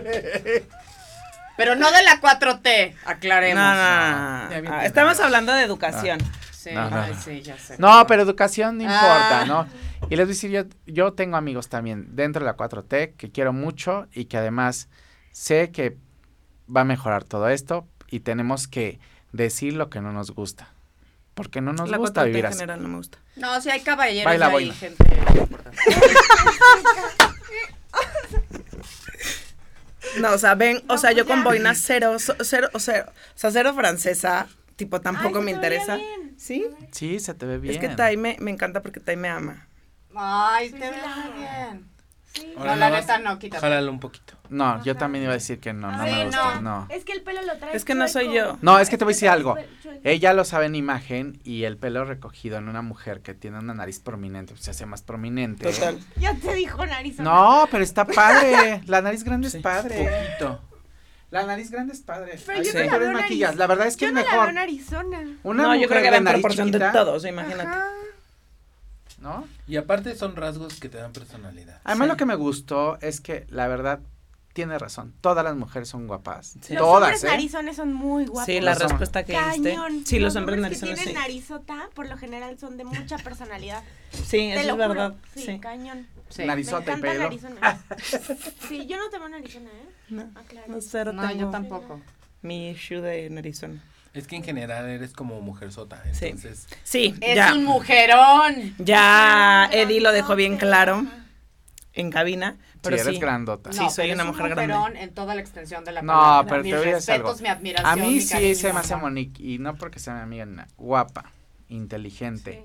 S5: Pero no de la cuatro T,
S1: No,
S5: aclaremos.
S1: no, no,
S4: Ya
S1: no.
S4: vi
S1: Ah,
S4: que
S1: Estamos
S4: no.
S1: hablando de educación.
S5: Sí,
S4: No, no,
S5: ay,
S4: no.
S5: sí, ya sé.
S4: No, pero educación no
S5: Ah.
S4: importa, ¿no? Y les voy a decir, yo, yo tengo amigos también dentro de la cuatro T que quiero mucho y que además sé que va a mejorar todo esto y tenemos que decir lo que no nos gusta. Porque no nos
S1: la
S4: gusta
S1: cuatro T
S4: vivir
S1: en
S4: así.
S1: general no me gusta.
S5: No, sí hay caballeros
S4: Baila
S5: ahí,
S4: boina.
S5: gente importante.
S1: No, o sea, ven, o sea, yo con
S2: ya.
S1: boina cero, so- cero, o cero, o sea, cero francesa, tipo, tampoco
S2: Ay,
S1: me
S2: se te veía
S1: interesa.
S2: bien.
S1: ¿Sí?
S4: Sí, se te ve bien.
S1: Es que Tai me, me encanta porque Tai me ama.
S5: Ay,
S2: Sí,
S5: te
S2: sí,
S5: ves
S2: la
S5: muy
S2: amo.
S5: bien.
S2: Sí.
S3: Ahora
S5: No, la
S3: vas-
S5: neta no, quítate.
S3: Jálalo un poquito.
S4: No, yo también iba a decir que no, no
S5: Sí,
S4: me gusta,
S5: no.
S4: no.
S2: Es que el pelo lo trae
S1: Es que no soy
S2: chueco.
S1: yo.
S4: No, es que te voy a decir algo.
S2: Chueco.
S4: Ella lo sabe en imagen y el pelo recogido en una mujer que tiene una nariz prominente, pues se hace más prominente.
S1: Total.
S2: Ya te dijo nariz.
S4: No, pero está padre. La nariz grande
S1: Sí.
S4: es padre.
S3: Poquito.
S4: La nariz grande es padre.
S2: Pero
S4: Hay
S2: yo
S1: no
S4: sectores
S2: la veo
S4: maquillas.
S2: nariz-
S4: La verdad es que
S2: Yo
S4: es
S2: no la
S4: mejor.
S2: veo narizona.
S4: Una
S1: No,
S4: mujer
S1: yo creo que
S4: de
S1: va en
S4: nariz
S1: proporción de
S4: chiquita,
S1: todos, imagínate.
S2: Ajá.
S4: ¿no?
S3: Y aparte son rasgos que te dan personalidad.
S4: Además
S1: Sí.
S4: lo que me gustó es que la verdad tiene razón. Todas las mujeres son guapas.
S1: Sí.
S2: Los
S4: Todas,
S2: hombres
S4: ¿eh?
S2: narizones son muy guapos.
S1: Sí, la
S4: Los hombres.
S1: respuesta que diste.
S2: Cañón.
S1: Sí, los hombres
S2: que
S1: narizones,
S2: tienen
S1: sí.
S2: narizota, por lo general son de mucha personalidad.
S1: Sí,
S2: Te
S1: eso
S2: lo
S1: es
S2: juro.
S1: verdad.
S2: Sí,
S1: Sí.
S2: cañón.
S5: Sí.
S2: Me
S4: narizota y
S2: encanta la
S4: pelo.
S2: Arizona. Sí, yo no tengo narizona, ¿eh?
S1: No,
S2: Ah, claro.
S1: no cero
S5: No,
S1: tengo
S5: yo tampoco.
S1: mi issue de Arizona.
S3: Es que en general eres como mujer sota,
S1: Sí.
S3: entonces.
S1: Sí,
S5: Es
S1: ya.
S5: un mujerón.
S1: Ya Eddie lo dejó bien claro en cabina, pero
S4: sí,
S1: sí.
S4: eres grandota.
S1: Sí, soy
S5: pero
S1: una
S5: es un
S1: mujer grande.
S5: mujerón en toda la extensión de la
S4: No,
S5: palabra.
S4: pero
S5: Mis
S4: te voy a decir
S5: respetos,
S4: algo.
S5: mi admiración,
S4: A mí
S5: mi
S4: sí
S5: cariño,
S4: se me hace
S5: amor.
S4: Monique, y no porque sea mi amiga, na- guapa, inteligente,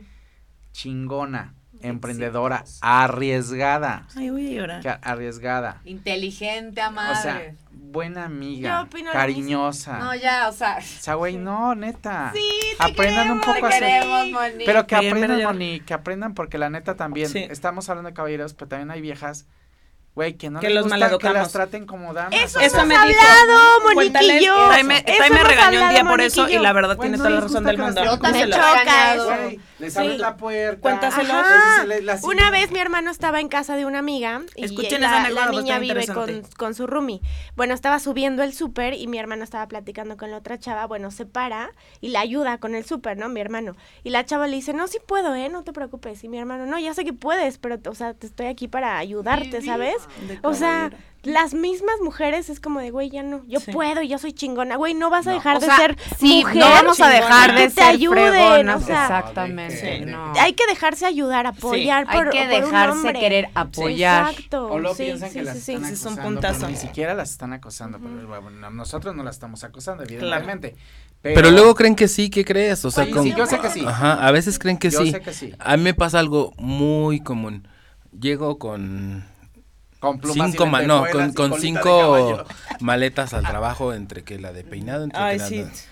S4: chingona, emprendedora,
S5: Exitosa.
S4: arriesgada,
S1: Ay, voy a llorar.
S4: que arriesgada,
S5: Inteligente, a madre.
S4: o sea, buena amiga,
S2: Yo opino lo
S4: cariñosa.
S5: no, ya, o sea.
S4: O sea, güey, no, neta.
S2: Sí, te
S4: aprendan un
S2: queremos,
S4: poco a
S5: Te
S4: ser.
S5: queremos, Moni.
S4: Pero que
S1: Bien, mira,
S4: aprendan,
S1: ya.
S4: Moni, que aprendan porque la neta también,
S1: Sí.
S4: estamos hablando de caballeros, pero también hay viejas, güey, que no
S1: Que
S4: les
S1: los
S4: gusta que
S1: maleducamos.
S4: las traten como damas.
S2: Eso
S4: o sea,
S1: Eso me
S2: hemos
S1: dijo.
S2: hablado, Monique
S1: Cuéntales,
S2: y yo.
S1: Taime,
S2: Eso
S1: Taime
S2: hemos
S1: regañó un día
S2: hablado,
S1: por
S2: Monique
S1: eso
S2: y
S1: y
S2: yo.
S1: la verdad
S4: Güey,
S1: tiene
S4: no
S1: toda la
S4: les
S1: razón
S4: gusta
S1: del
S4: que las
S1: mundo.
S5: Yo
S4: traten
S5: también
S2: Me
S5: lo he
S2: choca
S5: regañado.
S2: eso.
S4: güey, les
S1: Sí.
S4: abren la puerta.
S1: Cuéntaselo.
S4: Ajá.
S2: Ajá.
S4: Se le- la-
S2: Una vez mi hermano estaba en casa de una amiga y
S1: Escuchen
S2: la,
S1: esa anécdota,
S2: la
S1: está
S2: niña vive con,
S1: interesante.
S2: con su roomie. Bueno, estaba subiendo el súper y mi hermano estaba platicando con la otra chava. Bueno, se para y la ayuda con el súper, ¿no? Mi hermano. Y la chava le dice, no, sí puedo, ¿eh? No te preocupes. Y mi hermano, no, ya sé que puedes, pero, o sea, te estoy aquí para ayudarte, ¿sabes?
S1: De
S2: O sea,
S1: caballero.
S2: las mismas mujeres es como de, güey, ya no, yo
S1: Sí.
S2: puedo, yo soy chingona. Güey, no vas a
S4: No.
S2: dejar
S5: O
S2: de
S5: sea,
S2: ser
S5: sí,
S2: mujer.
S5: no vamos a dejar
S2: que
S5: de
S2: te
S5: ser
S2: ayuden,
S5: fregonas.
S2: o sea,
S5: Exactamente.
S4: Sí.
S5: No.
S2: hay que dejarse ayudar, apoyar
S5: Hay
S2: por,
S5: que
S2: por un
S5: dejarse
S2: hombre.
S5: querer apoyar.
S2: Exacto.
S4: O lo
S2: sí,
S4: piensan
S2: sí,
S4: que las
S2: sí, sí.
S4: están
S1: Ese es un
S4: acosando,
S1: puntazo.
S4: pero ni siquiera las están acosando, pero bueno, nosotros no las estamos acosando, evidentemente.
S3: Pero, luego creen que sí, ¿qué crees? O sea,
S4: Sí,
S3: con-
S4: sí, yo sé que sí.
S3: Ajá, a veces creen que
S4: yo
S3: sí.
S4: sé que sí.
S3: A mí me pasa algo muy común. Llego con
S4: Con plumas
S3: cinco,
S4: y
S3: ma- no,
S4: lentejuelas
S3: con,
S4: y
S3: con
S4: colita de
S3: cinco
S4: caballo.
S3: maletas al trabajo, entre que la de peinado, entre
S1: Ay,
S3: que la
S1: sí.
S3: de-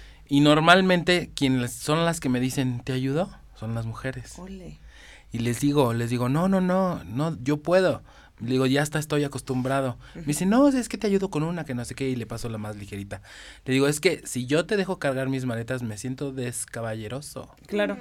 S3: Y normalmente quienes son las que me dicen, ¿te ayudo? Son las mujeres.
S1: Ole.
S3: Y les digo, les digo, no, no, no, no, yo puedo. Le digo, ya hasta estoy acostumbrado. Me dice, no, es que te ayudo con una que no sé qué, y le paso la más ligerita. Le digo, es que si yo te dejo cargar mis maletas, me siento descaballeroso.
S1: Claro.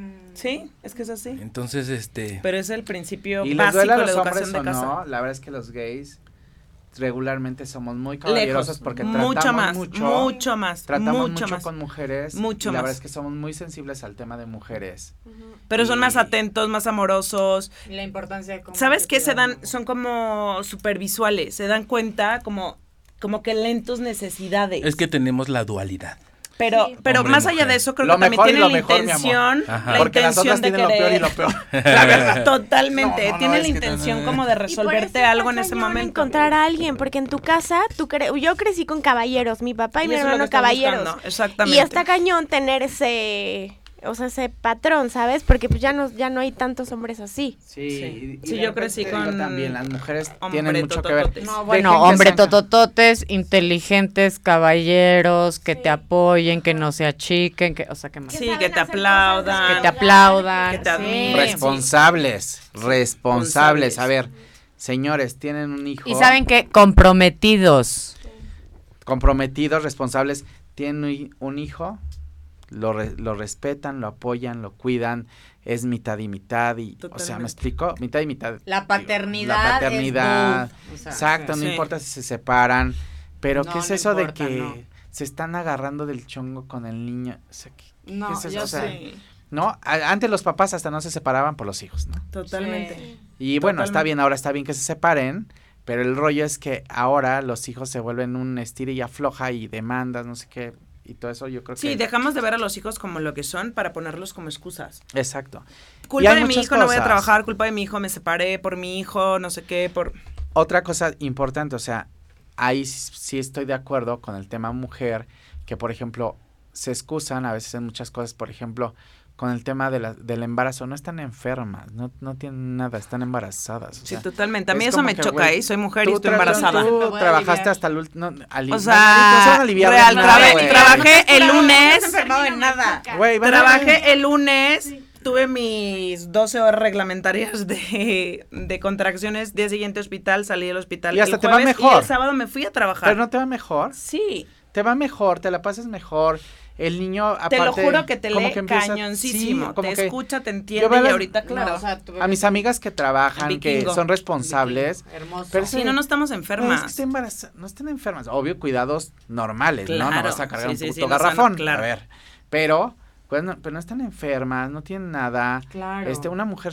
S1: Sí, es que es así.
S3: Entonces, este...
S1: Pero es el principio
S4: Y les
S1: básico
S4: duele a
S1: de la
S4: los hombres
S1: educación de
S4: o
S1: casa.
S4: no, la verdad es que los gays regularmente somos muy caballerosos
S1: Lejos,
S4: porque
S1: mucho
S4: tratamos
S1: más,
S4: mucho,
S1: mucho más,
S4: tratamos
S1: mucho
S4: mucho,
S1: más.
S4: con mujeres.
S1: Mucho
S4: y la
S1: más.
S4: verdad es que somos muy sensibles al tema de mujeres.
S1: Pero son
S4: y-
S1: más atentos, más amorosos.
S5: Y la importancia de cómo
S1: ¿Sabes
S5: te
S1: qué? Se
S5: cuidan,
S1: dan,
S5: amor.
S1: son como supervisuales, se dan cuenta como, como que leen tus necesidades.
S3: Es que tenemos la dualidad.
S1: Pero,
S2: Sí.
S1: pero
S3: Hombre,
S1: más allá
S3: mujer.
S1: de eso, creo
S4: Lo
S1: que también
S4: mejor y
S1: tienen
S4: lo
S1: la
S4: mejor, mi amor.
S1: intención,
S3: Ajá.
S1: la
S4: Porque las
S1: intención
S4: otras
S1: de
S4: tienen lo peor y
S1: querer.
S4: lo peor. La verdad.
S1: Totalmente,
S3: No, no,
S1: tienen
S3: es
S1: la
S3: que
S1: intención
S3: no.
S1: como de
S2: Y por eso
S1: resolverte
S2: está
S1: algo en ese
S2: cañón
S1: momento.
S2: encontrar a alguien, porque en tu casa, tú cre yo crecí con caballeros, mi papá y,
S1: Y
S2: mi
S1: eso es lo que
S2: hermano
S1: estás
S2: caballeros.
S1: buscando, exactamente.
S2: Y está cañón tener ese, o sea, ese patrón, ¿sabes? Porque pues ya no, ya no hay tantos hombres así.
S4: Sí,
S1: Sí.
S4: y- y
S1: Sí,
S4: de
S1: yo crecí
S4: repente digo
S1: con
S4: también, las mujeres
S1: hombre
S4: tienen mucho que ver.
S1: totototes.
S5: No,
S4: Dejen
S5: bueno,
S4: que
S5: hombre
S4: sean-
S5: totototes, inteligentes, caballeros, que te apoyen, que no se achiquen, que, o sea, que más.
S1: Sí,
S2: saben
S1: que te
S2: hacer
S1: aplaudan.
S2: cosas
S5: Que te aplaudan.
S1: Que te
S5: sí.
S1: admiren.
S4: Responsables, responsables.
S1: Responsables.
S4: A ver, señores, tienen un hijo.
S5: Y saben que comprometidos.
S4: comprometidos, responsables, tienen un- un hijo, lo, re- lo respetan, lo apoyan, lo cuidan, es mitad y mitad y, o sea,
S1: Totalmente.
S4: ¿me explico? Mitad y mitad.
S5: La
S4: Digo,
S5: paternidad.
S4: La paternidad,
S5: es boom. O sea,
S4: exacto, no
S1: sí.
S4: importa si se separan, pero
S5: No,
S4: ¿qué es
S5: no
S4: eso
S5: importa,
S4: de que
S5: no.
S4: se están agarrando del chongo con el niño? O sea, ¿qué-
S5: No,
S4: qué es eso?
S5: yo
S4: O sea,
S5: sé.
S4: ¿no? A- antes los papás hasta no se separaban por los hijos, ¿no?
S1: Totalmente.
S5: Sí.
S4: Y bueno, está
S1: Totalmente.
S4: bien, ahora está bien que se separen, pero el rollo es que ahora los hijos se vuelven un estira y afloja y demandas, no sé qué, y todo eso yo creo
S1: Sí,
S4: que...
S1: dejamos de ver a los hijos como lo que son para ponerlos como excusas.
S4: Exacto. Y
S1: Culpa
S4: hay
S1: de mi
S4: muchas
S1: hijo, no voy a
S4: cosas.
S1: trabajar, culpa de mi hijo, me separé por mi hijo, no sé qué, por...
S4: Otra cosa importante, o sea, ahí sí sí estoy de acuerdo con el tema mujer, que por ejemplo, se excusan a veces en muchas cosas, por ejemplo, con el tema de la, del embarazo, no están enfermas, no, no tienen nada, están embarazadas. O
S1: Sí,
S4: sea,
S1: totalmente. A mí
S4: es
S1: eso
S4: como
S1: me
S4: que,
S1: choca,
S4: güey,
S1: ¿eh? Soy mujer y
S4: tú
S1: estoy
S4: tra-
S1: embarazada.
S4: Tú
S5: Me voy a
S4: trabajaste
S5: aliviar.
S4: hasta el último...
S1: O sea, real, trabajé, trabajé el lunes,
S5: enfermado en nada.
S4: Güey, van a-
S1: trabajé el lunes, tuve mis doce horas reglamentarias de, de contracciones, día siguiente hospital, salí del hospital
S4: Y hasta
S1: el
S4: te va
S1: jueves
S4: mejor.
S1: y el sábado me fui a trabajar.
S4: Pero no te va mejor.
S1: Sí,
S4: Te va mejor, te la pasas mejor. El niño, aparte...
S1: te lo juro que te
S4: como
S1: lee
S4: que empieza-
S1: cañoncísimo,
S4: sí, como
S1: te
S4: que
S1: escucha, te
S4: yo
S1: entiende
S4: veo
S1: y
S4: las-
S1: ahorita, claro.
S5: No, o sea, tu
S4: A mis amigas que trabajan,
S1: El
S4: que
S1: vikingo.
S4: son responsables,
S5: Hermoso.
S4: pero
S1: sí, no, no estamos
S4: no es
S1: enfermas.
S4: que estén embarazadas, no estén enfermas. Obvio, cuidados normales, ¿no? No
S1: Claro,
S4: vas a cargar
S1: sí,
S4: un
S1: sí,
S4: puto
S1: sí, no sean-
S4: garrafón.
S1: claro.
S4: A ver, pero, pues, no, pero no están enfermas, no tienen nada.
S5: Claro.
S4: Este, una mujer s-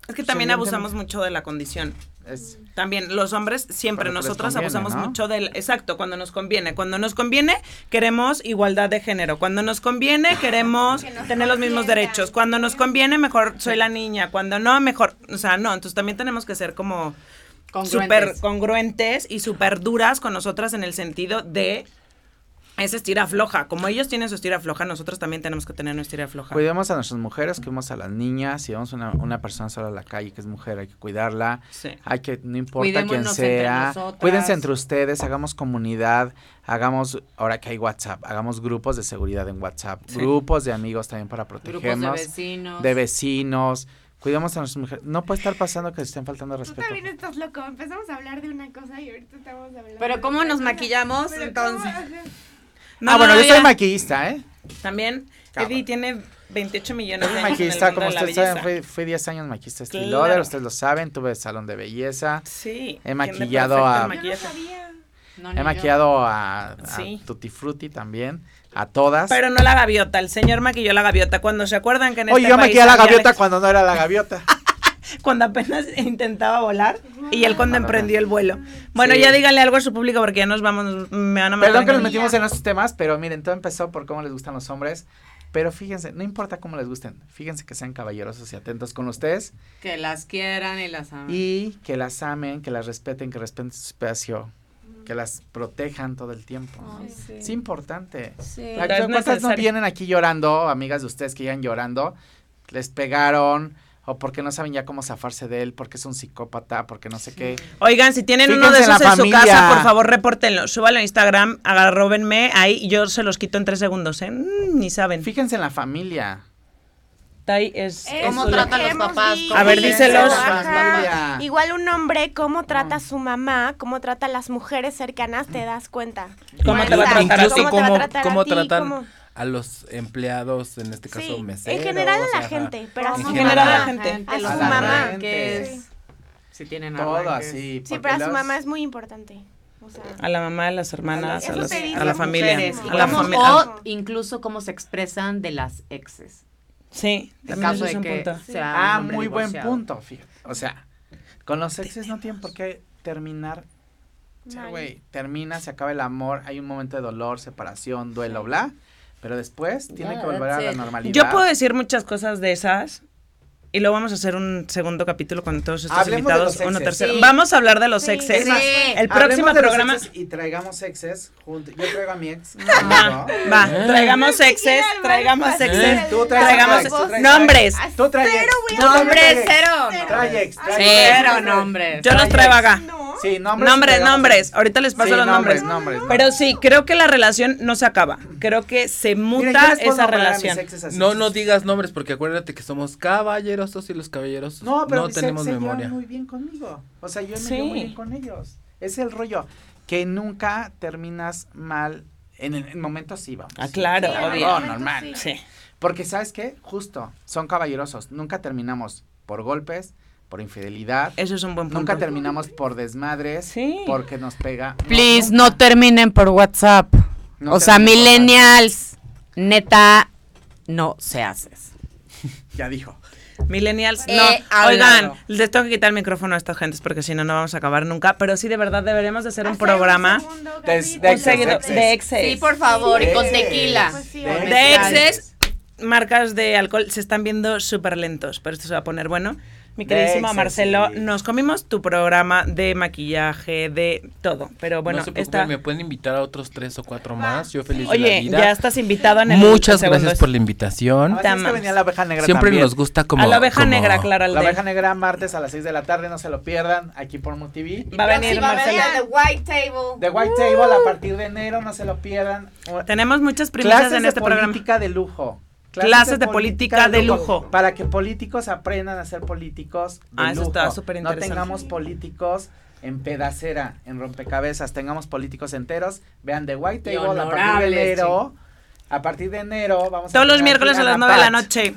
S1: Es que también
S4: Evidentemente.
S1: abusamos mucho de la condición.
S4: Es,
S1: También los hombres siempre,
S4: Cuando les
S1: nosotras
S4: conviene,
S1: abusamos
S4: ¿no?
S1: mucho del, exacto, cuando nos conviene. Cuando nos conviene, queremos igualdad de género. Cuando nos conviene, queremos
S2: Que nos
S1: tener los mismos
S2: consientan.
S1: derechos. Cuando nos conviene, mejor soy la niña. Cuando no, mejor, o sea, no, entonces también tenemos que ser como súper
S5: Congruentes.
S1: congruentes y súper duras con nosotras en el sentido de esa estira floja. Como ellos tienen su estira floja, nosotros también tenemos que tener nuestra estira floja.
S4: cuidemos a nuestras mujeres, cuidemos a las niñas. Si vemos una, una persona sola a la calle que es mujer, hay que cuidarla.
S1: Sí.
S4: Hay que, no importa quién
S5: Cuidémonos entre
S4: sea,
S5: nosotras.
S4: cuídense entre ustedes, hagamos comunidad, hagamos, ahora que hay WhatsApp, hagamos grupos de seguridad en WhatsApp,
S1: Sí.
S4: grupos de amigos también para
S5: Grupos de
S4: protegernos,
S5: vecinos.
S4: de vecinos, cuidemos a nuestras mujeres. No puede estar pasando que se estén faltando
S2: Tú
S4: respeto.
S2: también estás loco. Empezamos a hablar de una cosa y ahorita estamos hablando.
S5: Pero
S2: de
S5: ¿cómo
S2: otra
S5: nos
S2: cosa.
S5: maquillamos,
S2: Pero
S5: entonces?
S2: ¿cómo? Ajá.
S1: No,
S4: ah, bueno,
S1: no,
S4: yo soy
S1: ya.
S4: maquillista, ¿eh?
S1: También,
S4: Cabrón.
S1: Eddie tiene veintiocho millones
S4: Soy
S1: de años
S4: maquillista,
S1: en el
S4: como
S1: mundo de la
S4: ustedes saben,
S1: belleza.
S4: fui, fui diez años maquillista Estée
S1: Claro.
S4: Lauder, ustedes lo saben, tuve salón de belleza,
S1: Sí.
S4: He
S1: tiene
S4: maquillado
S1: perfecto
S4: a-
S1: el
S2: Yo no
S1: maquillaje.
S2: sabía.
S5: No, ni
S4: he
S5: yo.
S4: maquillado a, a
S1: Sí.
S4: Tutti Frutti también, a todas.
S1: Pero no la gaviota, el señor maquilló la gaviota. Cuando se acuerdan que en
S4: Oye,
S1: este
S4: yo
S1: país
S4: maquillé a la
S1: había
S4: gaviota
S1: Alex-
S4: cuando no era la gaviota.
S1: cuando apenas intentaba volar y él cuando
S4: No, no, no.
S1: emprendió el vuelo. Bueno,
S4: Sí.
S1: ya díganle algo a su público porque ya nos vamos, nos- me van a matar.
S4: Perdón que nos
S1: en-
S4: metimos en estos temas, pero miren, todo empezó por cómo les gustan los hombres. Pero fíjense, no importa cómo les gusten, fíjense que sean caballerosos y atentos con ustedes
S5: Que las quieran y las amen.
S4: y que las amen, que las respeten, que respeten su espacio, que las protejan todo el tiempo. ¿no?
S5: Ay, sí.
S4: Es importante.
S5: Sí.
S4: ¿A
S1: Es
S4: ¿Cuántas no
S1: necesario.
S4: vienen aquí llorando, amigas de ustedes que llegan llorando? Les pegaron, o porque no saben ya cómo zafarse de él, porque es un psicópata, porque no sé qué.
S1: Oigan, si tienen
S4: Fíjense
S1: uno de
S4: en
S1: esos
S4: la
S1: en su
S4: familia.
S1: casa, por favor, repórtenlo. Súbalo a Instagram, agarróbenme ahí y yo se los quito en tres segundos, ¿eh? Mm, ni saben.
S4: Fíjense en la familia.
S1: Tai es...
S2: Es
S1: es
S5: ¿Cómo
S1: su-
S2: lo
S5: tratan
S2: que
S5: los
S2: hemos
S5: papás?
S2: visto.
S1: A ver, díselos.
S2: Ajá.
S4: Familia.
S2: Igual un hombre, cómo trata a su mamá, cómo trata a las mujeres cercanas, te das cuenta.
S1: ¿Cómo
S2: O
S1: te va a
S2: sea,
S1: tratar a ti?
S3: Incluso
S2: ¿Cómo te va a
S3: cómo,
S2: tratar a
S3: cómo
S2: ti?
S3: tratan
S2: ¿Cómo?
S3: a los empleados, en este caso
S2: Sí,
S3: meseros.
S2: en general a la
S3: ajá.
S2: gente, pero a
S3: En
S2: su
S1: general a la
S2: mamá.
S1: gente.
S2: A
S5: los
S2: su mamá.
S5: arranques,
S2: Sí.
S5: Si tienen
S4: Todo
S5: arranques.
S4: así.
S2: Sí,
S4: porque
S2: pero a su
S4: los-
S2: mamá es muy importante. O sea,
S1: A la mamá, a las hermanas, a,
S2: Eso
S1: los-
S2: te dice
S1: a la familia.
S5: Mujeres, y
S1: A la
S5: cómo-
S1: fami-
S5: o
S1: a-
S5: incluso cómo se expresan de las exes.
S1: Sí,
S5: En
S1: también
S5: caso
S1: ese es
S5: de
S1: un
S5: que
S1: punto.
S5: sea un
S4: Ah,
S5: hombre
S4: muy buen
S5: divorciado.
S4: punto, fíjate. O sea, con los exes no tienen por qué terminar. O sea,
S2: Mal.
S4: güey, termina, se acaba el amor, hay un momento de dolor, separación, duelo, bla. Pero después tiene
S5: Ya,
S4: que volver a
S5: that's
S4: la
S5: it.
S4: normalidad.
S1: Yo puedo decir muchas cosas de esas y luego vamos a hacer un segundo capítulo con todos estos
S4: Hablemos de
S1: invitados,
S4: los
S1: uno
S4: exes.
S1: tercero.
S5: Sí.
S1: Vamos a hablar de los
S2: Sí.
S1: exes.
S5: Sí.
S1: El
S4: Hablemos
S1: próximo
S4: de los
S1: programa
S4: exes y traigamos exes juntos. Yo traigo a mi ex.
S1: va,
S4: ¿no?
S1: va, traigamos
S2: Ni siquiera
S1: exes,
S2: el
S1: traigamos
S2: Marco
S1: exes,
S2: así,
S4: Tú
S2: el-
S4: traes
S1: traigamos
S4: ex, tú traes
S1: nombres.
S2: ex.
S4: Tú traes ex.
S2: güey.
S4: Tú también
S5: Nombres,
S4: traes ex.
S5: cero.
S4: Trae ex. trae
S2: Ay,
S4: ex.
S5: Cero nombres.
S1: Yo los
S4: Trae
S1: traigo
S4: ex.
S1: acá.
S2: No.
S4: Sí, nombres.
S1: Nombres,
S4: traigamos
S1: nombres.
S4: ex.
S1: Ahorita les paso
S4: Sí,
S1: los
S4: nombres,
S1: nombres.
S4: nombres.
S1: Pero sí, creo que la relación no se acaba. Creo que se
S4: Miren,
S1: muta
S4: yo les puedo
S1: esa
S4: nombrar a mis
S1: relación.
S4: exes así.
S3: No, no digas nombres porque acuérdate que somos caballerosos y los caballerosos
S4: No, pero
S3: no
S4: mis
S3: tenemos
S4: ex se
S3: memoria.
S4: llevan muy bien conmigo. O sea, yo me
S1: Sí.
S4: llevo muy bien con ellos. Es el rollo. Que nunca terminas mal. En, en momentos sí, vamos.
S1: Ah, claro,
S2: Sí,
S1: obvio.
S4: No,
S2: en
S4: normal.
S2: momentos sí.
S1: Sí.
S4: Porque, ¿sabes qué? Justo, son caballerosos. Nunca terminamos por golpes, por infidelidad.
S1: Eso es un buen punto.
S4: Nunca terminamos por desmadres.
S1: Sí.
S4: Porque nos pega. No,
S5: Please,
S4: nunca.
S5: no terminen por WhatsApp.
S4: No
S5: o sea,
S4: terminen por
S5: millennials, neta, no se haces.
S4: Ya dijo.
S1: Millennials,
S5: He
S1: no.
S5: hablado.
S1: Oigan, les tengo que quitar el micrófono a estas gentes porque si no, no vamos a acabar nunca. Pero sí, de verdad, deberíamos de hacer un
S2: Hacer
S1: programa
S2: segundo
S4: De- de
S2: capítulo.
S1: un seguido
S4: exes.
S1: de exes.
S5: Sí, por favor, y con
S4: Sí.
S5: tequila.
S2: Pues sí,
S4: De
S1: De
S2: exes.
S1: exes, marcas de alcohol se están viendo súper lentos, pero esto se va a poner bueno. Mi
S4: De
S1: queridísimo
S4: exes,
S1: Marcelo,
S4: sí.
S1: nos comimos tu programa de maquillaje, de todo. Pero bueno,
S3: no se preocupen,
S1: esta...
S3: me pueden invitar a otros tres o cuatro más. Yo feliz de la
S1: Oye,
S3: vida.
S1: ya estás invitado en el
S3: Muchas
S1: segundo
S3: gracias
S1: es-
S3: por la invitación.
S4: Así
S1: Te
S4: es que
S1: amamos.
S4: venía la oveja negra
S3: Siempre
S4: también.
S3: nos gusta como
S1: A la oveja
S3: como-
S1: negra, Clara
S4: La
S1: Alde.
S4: oveja negra martes a las seis de la tarde, no se lo pierdan, aquí por MUTV.
S1: Va a venir
S5: Próximamente,
S1: Marcela.
S5: The White Table.
S4: The White Table a partir de enero, no se lo pierdan.
S1: Tenemos muchas primicias
S4: Clases
S1: en
S4: de
S1: este programa.
S4: política de lujo.
S1: Clases de política de lujo.
S4: Para que políticos aprendan a ser políticos de
S1: Ah, eso
S4: lujo.
S1: está súper
S4: No
S1: interesante.
S4: tengamos políticos en pedacera, en rompecabezas, tengamos políticos enteros. Vean The White
S5: Y
S4: Table a partir de
S5: honorables,
S4: enero. A partir de enero vamos a
S1: Todos los
S4: tener
S1: miércoles
S4: aquí
S1: a las
S4: Ana
S1: nueve de la
S4: Pat.
S1: noche.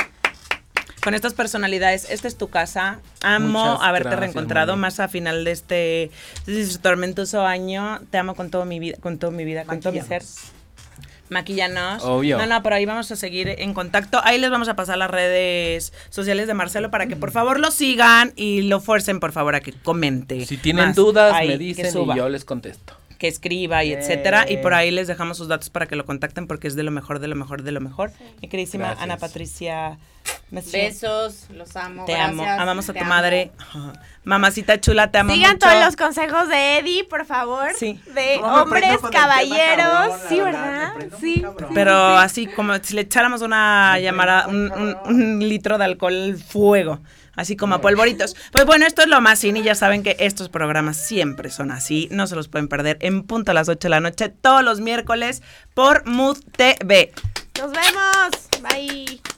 S1: Con estas personalidades, esta es tu casa. Amo
S3: Muchas
S1: haberte
S3: gracias,
S1: reencontrado
S3: Moni.
S1: más a final de este, de este tormentoso año. Te amo con todo mi vida, con todo mi vida, con todo mi ser.
S4: Maquillamos.
S1: Maquillanos.
S3: Obvio.
S1: No, no, pero ahí vamos a seguir en contacto. Ahí les vamos a pasar las redes sociales de Marcelo para que por favor lo sigan y lo fuercen por favor a que comente.
S3: Si tienen
S1: más
S3: dudas,
S1: ahí,
S3: me
S1: que
S3: dicen
S1: suba,
S3: y yo les contesto.
S1: que escriba y etcétera. Y por ahí les dejamos sus datos para que lo contacten porque es de lo mejor, de lo mejor, de lo mejor. Mi queridísima
S3: Gracias.
S1: Ana Patricia. Monsieur,
S5: Besos, los amo.
S1: te
S5: gracias,
S1: amo, amamos a
S5: te
S1: tu
S5: amo.
S1: madre. Mamacita chula, te amo
S2: Sigan
S1: mucho.
S2: todos los consejos de Eddie, por favor.
S1: Sí.
S2: De
S4: No, me
S2: hombres,
S4: prendo con el tema,
S2: caballeros.
S4: cabrón, la
S2: sí,
S4: verdad,
S2: ¿verdad?
S4: me prendo
S2: Sí.
S4: cabrón.
S1: Pero así como si le echáramos una llamada, un, un- un litro de alcohol fuego, así como a polvoritos. Pues bueno, esto es lo más cine y ya saben que estos programas siempre son así, no se los pueden perder en punto a las ocho de la noche, todos los miércoles por Mood T V.
S2: Nos vemos. Bye.